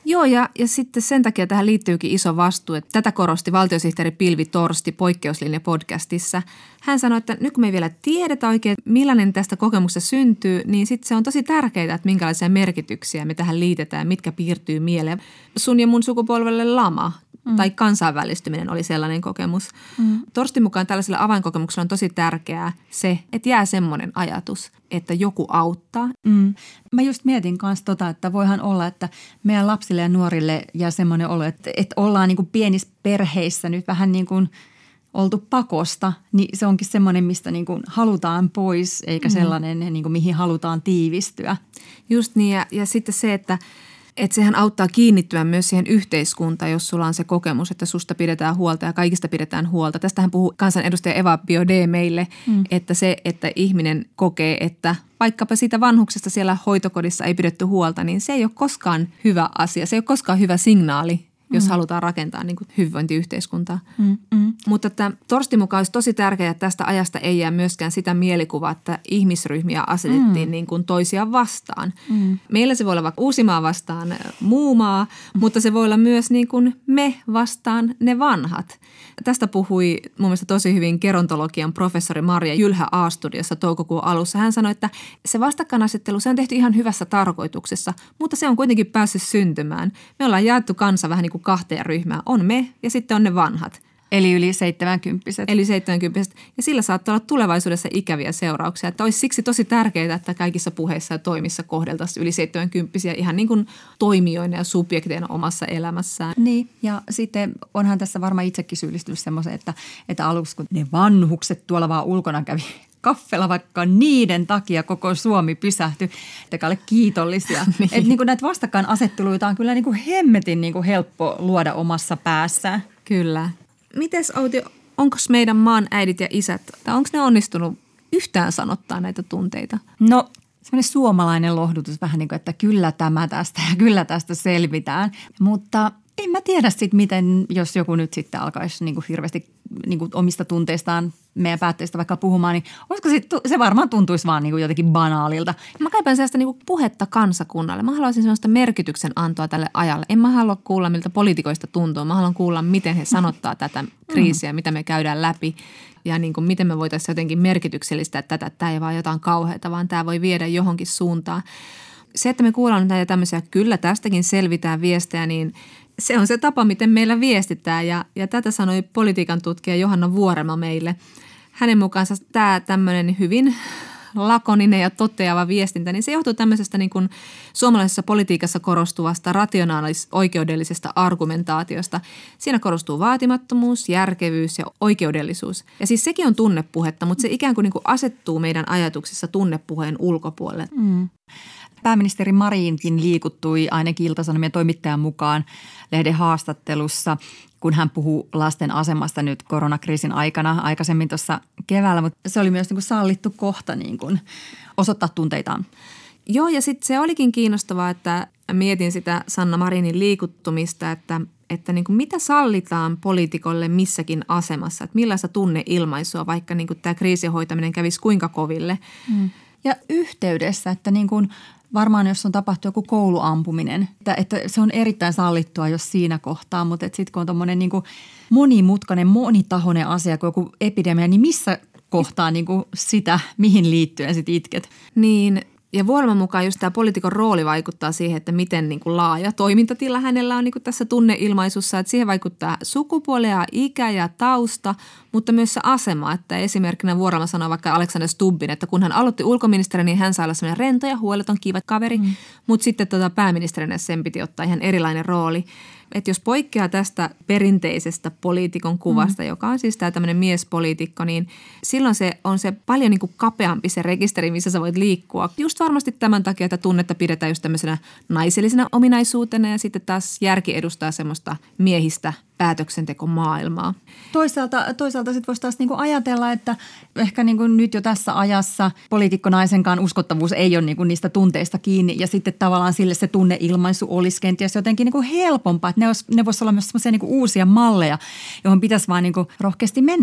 Joo, ja sitten sen takia tähän liittyykin iso vastuu, että tätä korosti valtiosihteeri Pilvi Torsti Poikkeuslinja-podcastissa. Hän sanoi, että nyt kun me ei vielä tiedetä oikein, millainen tästä kokemuksesta syntyy, niin sitten se on tosi tärkeää, että minkälaisia merkityksiä me tähän liitetään, mitkä piirtyy mieleen. Sun ja mun sukupolvelle lama tai kansainvälistyminen oli sellainen kokemus. Torstin mukaan tällaisella avainkokemuksella on tosi tärkeää se, että jää semmoinen ajatus, että joku auttaa. Mä just mietin kanssa että voihan olla, että meidän lapsille ja nuorille jää semmoinen olo, että ollaan niin kuin pienissä perheissä nyt vähän niin kuin oltu pakosta, niin se onkin semmoinen, mistä niin kuin halutaan pois, eikä sellainen, niin kuin mihin halutaan tiivistyä. Just niin, ja sitten se, että sehän auttaa kiinnittyä myös siihen yhteiskuntaan, jos sulla on se kokemus, että susta pidetään huolta ja kaikista pidetään huolta. Tästähän puhuu kansanedustaja Eva Biaudet meille, että se, että ihminen kokee, että vaikkapa siitä vanhuksesta siellä hoitokodissa ei pidetty huolta, niin se ei ole koskaan hyvä asia. Se ei ole koskaan hyvä signaali, jos halutaan rakentaa niin kuin hyvinvointiyhteiskuntaa. Mutta että Torstin mukaan olisi tosi tärkeää, että tästä ajasta ei jää myöskään sitä mielikuvaa, että ihmisryhmiä asetettiin niin kuin toisia vastaan. Meillä se voi olla vaikka Uusimaa vastaan muu maa, mutta se voi olla myös niin kuin me vastaan ne vanhat. Tästä puhui mun mielestä tosi hyvin gerontologian professori Marja Jylhä A-studiossa toukokuun alussa. Hän sanoi, että se vastakkainasettelu, se on tehty ihan hyvässä tarkoituksessa, mutta se on kuitenkin päässyt syntymään. Me ollaan jaettu kansa vähän niin kuin kahteen ryhmään. On me ja sitten on ne vanhat. Eli yli 70-vuotiaat. Eli 70-vuotiaat. Ja sillä saattaa olla tulevaisuudessa ikäviä seurauksia. Että olisi siksi tosi tärkeää, että kaikissa puheissa ja toimissa kohdeltaisiin yli 70-vuotiaita ihan niin kuin toimijoina ja subjekteina omassa elämässään. Niin, ja sitten onhan tässä varmaan itsekin syyllistynyt semmoiseen, että aluksi kun ne vanhukset tuolla vaan ulkona kävi kaffella, vaikka niiden takia koko Suomi pysähtyi, että ole kiitollisia. Että niin kuin näitä vastakkainasetteluita on kyllä niin kuin hemmetin niin kuin helppo luoda omassa päässään. Kyllä. Mites Outi, onko meidän maan äidit ja isät, onko ne onnistunut yhtään sanottaa näitä tunteita? No semmoinen suomalainen lohdutus vähän niin kuin, että kyllä tämä tästä ja kyllä tästä selvitään, mutta en mä tiedä sitten miten, jos joku nyt sitten alkaisi niin kuin hirveästi niin kuin omista tunteistaan meidän päätteistä vaikka puhumaan, niin olisiko se varmaan tuntuisi vaan niin kuin jotenkin banaalilta. Mä kaipaan sellaista niin kuin puhetta kansakunnalle. Mä haluaisin sellaista merkityksen antoa tälle ajalle. En mä halua kuulla, miltä poliitikoista tuntuu. Mä haluan kuulla, miten he sanottaa tätä kriisiä, mitä me käydään läpi ja niin kuin miten me voitaisiin jotenkin merkityksellistää tätä. Tämä ei vaan jotain kauheata, vaan tämä voi viedä johonkin suuntaan. Se, että me kuullaan nyt näitä tämmöisiä, kyllä tästäkin selvitään viestejä, niin se on se tapa, miten meillä viestitään ja tätä sanoi politiikan tutkija Johanna Vuorema meille. Hänen mukaansa tämä tämmöinen hyvin lakoninen ja toteava viestintä, niin se johtuu tämmöisestä niin kuin suomalaisessa politiikassa korostuvasta rationaalis-oikeudellisesta argumentaatiosta. Siinä korostuu vaatimattomuus, järkevyys ja oikeudellisuus. Ja siis sekin on tunnepuhetta, mutta se ikään kuin asettuu meidän ajatuksissa tunnepuheen ulkopuolelle. Pääministeri Marinkin liikuttui ainakin Ilta-Sanomien toimittajan mukaan lehden haastattelussa, kun hän puhuu lasten asemasta nyt koronakriisin aikana aikaisemmin tuossa keväällä, mutta se oli myös niin kuin sallittu kohta niin kuin osoittaa tunteitaan. Joo, ja sitten se olikin kiinnostavaa, että mietin sitä Sanna Marinin liikuttumista, että niin kuin mitä sallitaan poliitikolle missäkin asemassa, että millaista tunneilmaisua, vaikka niin kuin tämä kriisin hoitaminen kävisi kuinka koville. Ja yhteydessä, että niin kuin varmaan jos on tapahtunut joku kouluampuminen, että se on erittäin sallittua, jos siinä kohtaa, mutta sitten kun on tuommoinen niin kuin monimutkainen, monitahoinen asia kuin joku epidemia, niin missä kohtaa niin kuin sitä, mihin liittyen sitten itket? Niin, ja Vuoreman mukaan just tämä poliitikon rooli vaikuttaa siihen, että miten niin kuin laaja toimintatila hänellä on niin kuin tässä tunneilmaisussa, että siihen vaikuttaa sukupuoli ja ikä ja tausta, mutta myös se asema, että esimerkkinä Vuorema sanoi vaikka Alexander Stubbin, että kun hän aloitti ulkoministeri, niin hän sai olla sellainen rento ja huoleton kiva kaveri, mutta sitten pääministerinä sen piti ottaa ihan erilainen rooli. Että jos poikkeaa tästä perinteisestä poliitikon kuvasta, joka on siis tämä tämmöinen miespoliitikko, niin silloin se on se paljon niin kuin kapeampi se rekisteri, missä sä voit liikkua. Just varmasti tämän takia, että tunnetta pidetään just tämmöisenä naisellisena ominaisuutena ja sitten taas järki edustaa semmoista miehistä päätöksentekomaailmaa. Toisaalta sitten voisi taas niinku ajatella, että ehkä niinku nyt jo tässä ajassa poliitikkonaisenkaan uskottavuus ei ole niinku niistä tunteista kiinni ja sitten tavallaan sille se tunneilmaisu olisi kenties jotenkin niinku helpompaa, että ne voisivat olla myös sellaisia niinku uusia malleja, johon pitäisi vaan niinku rohkeasti mennä.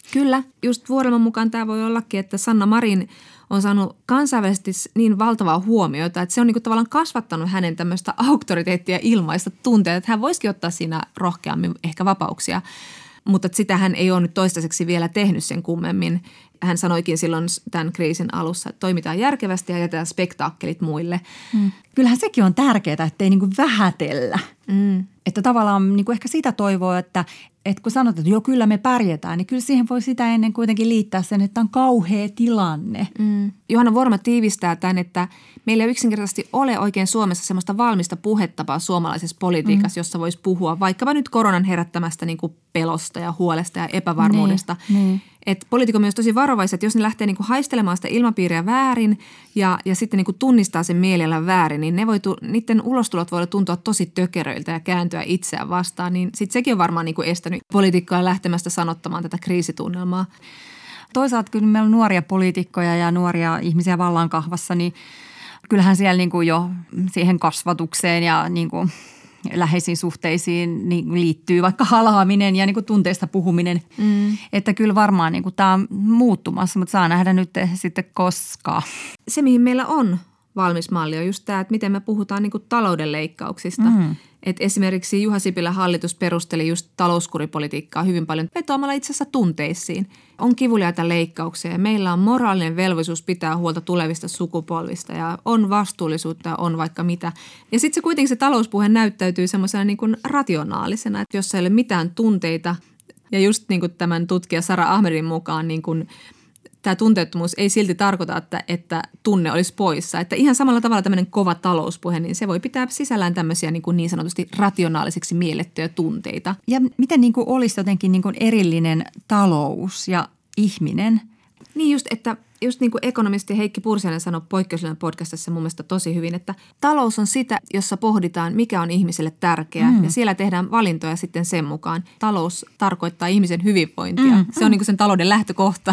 Kyllä, just Vuorelman mukaan tämä voi ollakin, että Sanna Marin on saanut kansainvälisesti niin valtavaa huomiota, että se on niin kuin tavallaan kasvattanut hänen tämmöistä auktoriteettia ilmaista tunteita, että hän voisikin ottaa siinä rohkeammin ehkä vapauksia. Mutta sitä hän ei ole nyt toistaiseksi vielä tehnyt sen kummemmin. Hän sanoikin silloin tämän kriisin alussa, että toimitaan järkevästi ja jätetään spektaakkelit muille. Kyllähän sekin on tärkeää, ettei niin kuin vähätellä. Että tavallaan niin kuin ehkä sitä toivoo, että kun sanotaan, että joo kyllä me pärjätään, niin kyllä siihen voi sitä ennen kuitenkin liittää sen, että on kauhea tilanne. Johanna Vuorelma tiivistää tämän, että meillä ei yksinkertaisesti ole oikein Suomessa semmoista valmista puhetapaa suomalaisessa politiikassa, jossa voisi puhua vaikkapa nyt koronan herättämästä niin kuin pelosta ja huolesta ja epävarmuudesta. Että poliitikot myös tosi varovaiset, että jos ne lähtee niin kuin haistelemaan sitä ilmapiiriä väärin ja sitten niin kuin tunnistaa sen mielialan väärin, niin niiden ulostulot voi tuntua tosi tökeröiltä ja kääntyä itseään vastaan. Niin sitten sekin on varmaan niin kuin estänyt poliitikkoja lähtemästä sanottamaan tätä kriisitunnelmaa. Toisaalta kyllä meillä on nuoria poliitikkoja ja nuoria ihmisiä vallankahvassa, niin kyllähän siellä niin kuin jo siihen kasvatukseen ja niin kuin läheisiin suhteisiin niin liittyy vaikka halaaminen ja niin kuin tunteista puhuminen. Että kyllä varmaan niin kuin tämä on muuttumassa, mutta saa nähdä nyt sitten koskaan. Se, mihin meillä on valmis malli, on just tämä, että miten me puhutaan niin kuin talouden leikkauksista. Että esimerkiksi Juha Sipilän hallitus perusteli just talouskuripolitiikkaa hyvin paljon vetoamalla itse asiassa tunteisiin. On kivuliaita leikkauksia ja meillä on moraalinen velvollisuus pitää huolta tulevista sukupolvista ja on vastuullisuutta ja on vaikka mitä. Ja sitten se kuitenkin se talouspuhe näyttäytyy semmoisena niin kuin rationaalisena, että jos ei ole mitään tunteita ja just niin kuin tämän tutkija Sara Ahmedin mukaan niin kuin tämä tunteettomuus ei silti tarkoita, että tunne olisi poissa. Että ihan samalla tavalla tämmöinen kova talouspuhe, niin se voi pitää sisällään tämmöisiä niin sanotusti rationaalisiksi miellettyjä tunteita. Ja miten niin kuin olisi jotenkin niin kuin erillinen talous ja ihminen? Niin just, että just niin kuin ekonomisti Heikki Pursiainen sanoi Poikkeuksellinen podcastissa mun mielestä tosi hyvin, että talous on sitä, jossa pohditaan, mikä on ihmiselle tärkeää ja siellä tehdään valintoja sitten sen mukaan. Talous tarkoittaa ihmisen hyvinvointia. Se on niin kuin sen talouden lähtökohta.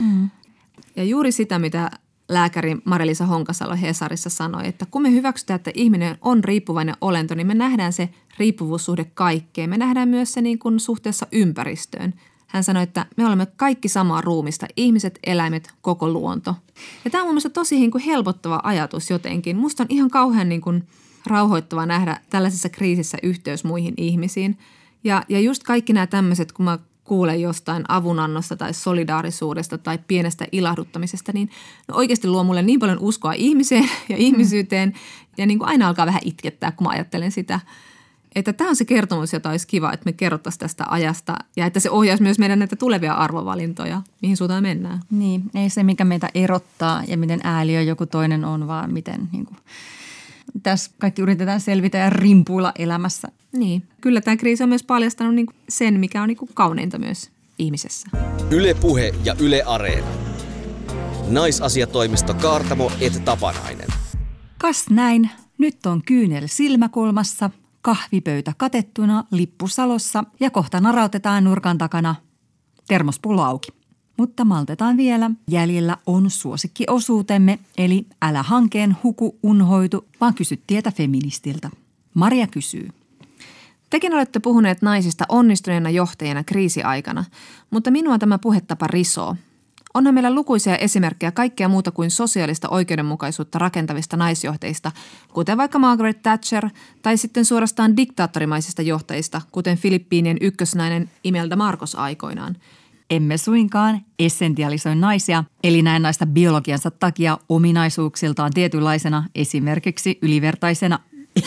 Ja juuri sitä, mitä lääkäri Mari-Liisa Honkasalo Hesarissa sanoi, että kun me hyväksytään, että ihminen on riippuvainen olento, niin me nähdään se riippuvuussuhde kaikkeen. Me nähdään myös se niin kuin suhteessa ympäristöön. Hän sanoi, että me olemme kaikki samaa ruumista, ihmiset, eläimet, koko luonto. Ja tämä on mun mielestä tosi niin kuin helpottava ajatus jotenkin. Musta on ihan kauhean niin kuin rauhoittava nähdä tällaisessa kriisissä yhteys muihin ihmisiin. Ja just kaikki nämä tämmöiset, kun mä kuulen jostain avunannosta tai solidaarisuudesta tai pienestä ilahduttamisesta, niin oikeasti luo mulle niin paljon uskoa ihmiseen ja ihmisyyteen. Ja niin kuin aina alkaa vähän itkettää, kun mä ajattelen sitä. Että tämä on se kertomus, jota olisi kiva, että me kerrottaisiin tästä ajasta ja että se ohjaisi myös meidän näitä tulevia arvovalintoja, mihin suuntaan mennään. Niin, ei se mikä meitä erottaa ja miten ääliö joku toinen on, vaan miten niin kuin, tässä kaikki yritetään selvitä ja rimpuilla elämässä. Niin, kyllä tämä kriisi on myös paljastanut niin kuin sen, mikä on niin kuin kauneinta myös ihmisessä. Yle Puhe ja Yle Areena. Naisasiatoimisto Kaartamo et Tapanainen. Kas näin, nyt on kyynel silmäkulmassa. Kahvipöytä katettuna lippusalossa ja kohta narautetaan nurkan takana termospullo auki. Mutta maltetaan vielä. Jäljellä on suosikkiosuutemme, eli älä hankeen huku unhoitu, vaan kysy tietä feministiltä. Maria kysyy. Tekin olette puhuneet naisista onnistuneena johtajana kriisiaikana, mutta minua tämä puhetapa risoo. Onhan meillä lukuisia esimerkkejä kaikkea muuta kuin sosiaalista oikeudenmukaisuutta rakentavista naisjohtajista, kuten vaikka Margaret Thatcher, tai sitten suorastaan diktaattorimaisista johtajista, kuten Filippiinien ykkösnainen Imelda Marcos aikoinaan. Emme suinkaan essentialisoi naisia, eli näin naista biologiansa takia ominaisuuksiltaan tietynlaisena, esimerkiksi ylivertaisena.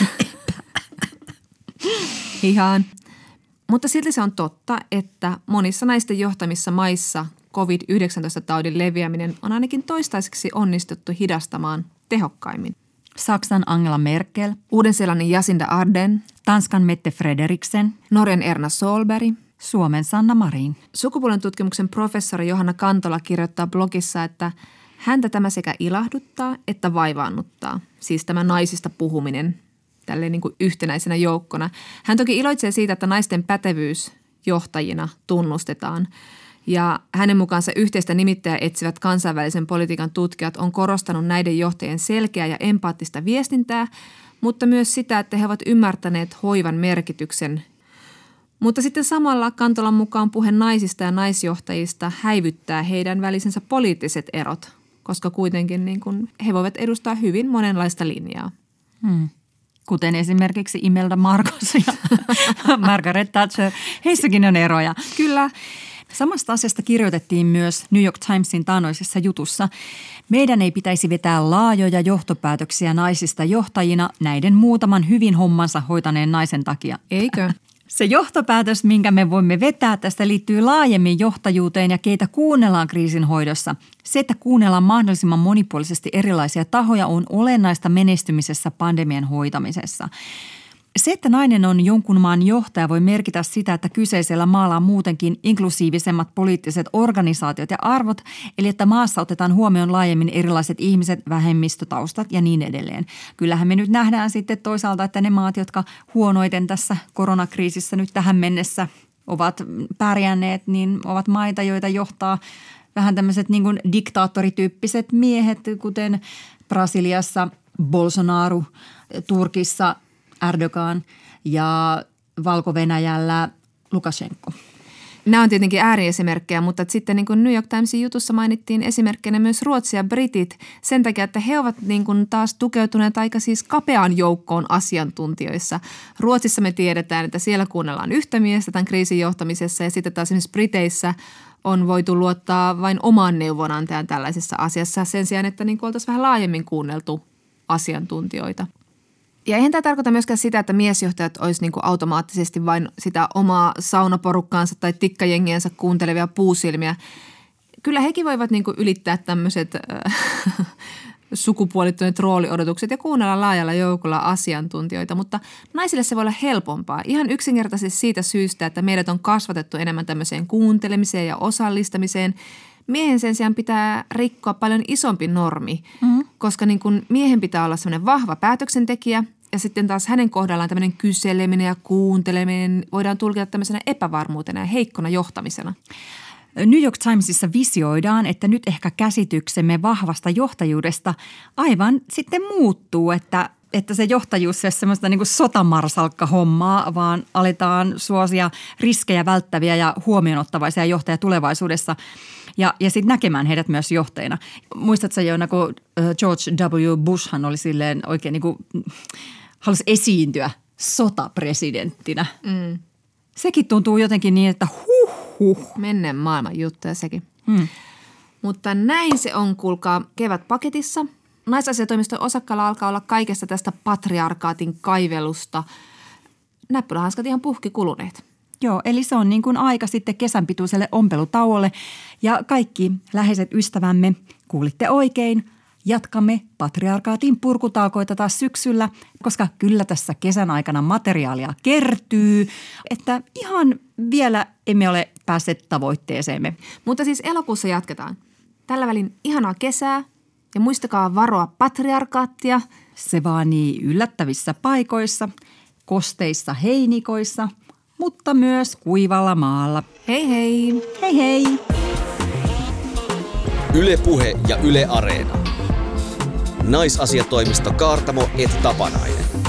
Ihan. Mutta silti se on totta, että monissa naisten johtamissa maissa COVID-19-taudin leviäminen on ainakin toistaiseksi onnistuttu hidastamaan tehokkaimmin. Saksan Angela Merkel, Uuden-Seelannin Jacinda Ardern, Tanskan Mette Frederiksen, Norjan Erna Solberg, Suomen Sanna Marin. Sukupuolen tutkimuksen professori Johanna Kantola kirjoittaa blogissa, että häntä tämä sekä ilahduttaa että vaivaannuttaa, siis tämä naisista puhuminen tälleen niin kuin yhtenäisenä joukkona. Hän toki iloitsee siitä, että naisten pätevyys johtajina tunnustetaan. Ja hänen mukaansa yhteistä nimittäjää etsivät kansainvälisen politiikan tutkijat on korostanut näiden johtajien selkeää ja empaattista viestintää, mutta myös sitä, että he ovat ymmärtäneet hoivan merkityksen. Mutta sitten samalla Kantolan mukaan puhe naisista ja naisjohtajista häivyttää heidän välisensä poliittiset erot, koska kuitenkin niin kuin he voivat edustaa hyvin monenlaista linjaa. Kuten esimerkiksi Imelda Marcos ja Margaret Thatcher. Heissäkin on eroja. Kyllä. Samasta asiasta kirjoitettiin myös New York Timesin taannoisessa jutussa. Meidän ei pitäisi vetää laajoja johtopäätöksiä naisista johtajina näiden muutaman hyvin hommansa hoitaneen naisen takia. Eikö? Se johtopäätös, minkä me voimme vetää tästä, liittyy laajemmin johtajuuteen ja keitä kuunnellaan kriisin hoidossa. Se, että kuunnellaan mahdollisimman monipuolisesti erilaisia tahoja, on olennaista menestymisessä pandemian hoitamisessa. Se, että nainen on jonkun maan johtaja, voi merkitä sitä, että kyseisellä maalla on muutenkin inklusiivisemmat poliittiset organisaatiot ja arvot, eli että maassa otetaan huomioon laajemmin erilaiset ihmiset, vähemmistötaustat ja niin edelleen. Kyllähän me nyt nähdään sitten toisaalta, että ne maat, jotka huonoiten tässä koronakriisissä nyt tähän mennessä ovat pärjänneet, niin ovat maita, joita johtaa vähän tämmöiset niin kuin diktaattorityyppiset miehet, kuten Brasiliassa Bolsonaro, Turkissa Erdogan ja Valko-Venäjällä Lukashenko. Nämä on tietenkin ääriesimerkkejä, mutta sitten niin kuin New York Timesin jutussa mainittiin esimerkkinä myös Ruotsi ja britit sen takia, että he ovat niin kuin taas tukeutuneet aika siis kapeaan joukkoon asiantuntijoissa. Ruotsissa me tiedetään, että siellä kuunnellaan yhtä miestä tämän kriisin johtamisessa ja sitten taas esimerkiksi Briteissä on voitu luottaa vain omaan neuvonantajan tällaisessa asiassa sen sijaan, että niin kuin oltaisiin vähän laajemmin kuunneltu asiantuntijoita. Ja eihän tämä tarkoita myöskään sitä, että miesjohtajat olisi niin kuin automaattisesti vain sitä omaa saunaporukkaansa tai tikkajengiensä kuuntelevia puusilmiä. Kyllä hekin voivat niin kuin ylittää tämmöiset sukupuolittuneet rooliodotukset ja kuunnella laajalla joukolla asiantuntijoita, mutta naisille se voi olla helpompaa. Ihan yksinkertaisesti siitä syystä, että meidät on kasvatettu enemmän tämmöiseen kuuntelemiseen ja osallistamiseen. Miehen sen sijaan pitää rikkoa paljon isompi normi, koska niin kun miehen pitää olla semmoinen vahva päätöksentekijä ja sitten taas hänen kohdallaan tämmöinen kyseleminen ja kuunteleminen voidaan tulkita tämmöisenä epävarmuutena ja heikkona johtamisena. New York Timesissa visioidaan, että nyt ehkä käsityksemme vahvasta johtajuudesta aivan sitten muuttuu, että se johtajuus ei ole semmoista niin kuin sotamarsalkka-hommaa, vaan aletaan suosia riskejä välttäviä ja huomioonottavaisia johtajia tulevaisuudessa ja sitten näkemään heidät myös johtajina. Muistatko Joona, kun George W. Bushhan oli silleen oikein niin kuin halusi esiintyä sotapresidenttinä. Sekin tuntuu jotenkin niin, että Menneen maailman juttuja sekin. Mutta näin se on, kuulkaa, kevätpaketissa. Naisasiatoimiston osakkaalla alkaa olla kaikesta tästä patriarkaatin kaivelusta. Näppylähanskat ihan puhki kuluneet. Joo, eli se on niin kuin aika sitten kesän pituiselle ompelutauolle. Ja kaikki läheiset ystävämme, kuulitte oikein, jatkamme patriarkaatin purkutalkoita taas syksyllä, koska kyllä tässä kesän aikana materiaalia kertyy, että ihan vielä emme ole päässeet tavoitteeseemme. Mutta siis elokuussa jatketaan. Tällä välin ihanaa kesää ja muistakaa varoa patriarkaattia. Se vaanii yllättävissä paikoissa, kosteissa heinikoissa, mutta myös kuivalla maalla. Hei hei! Hei hei! Yle Puhe ja Yle Areena. Naisasiatoimisto Kaartamo et Tapanainen.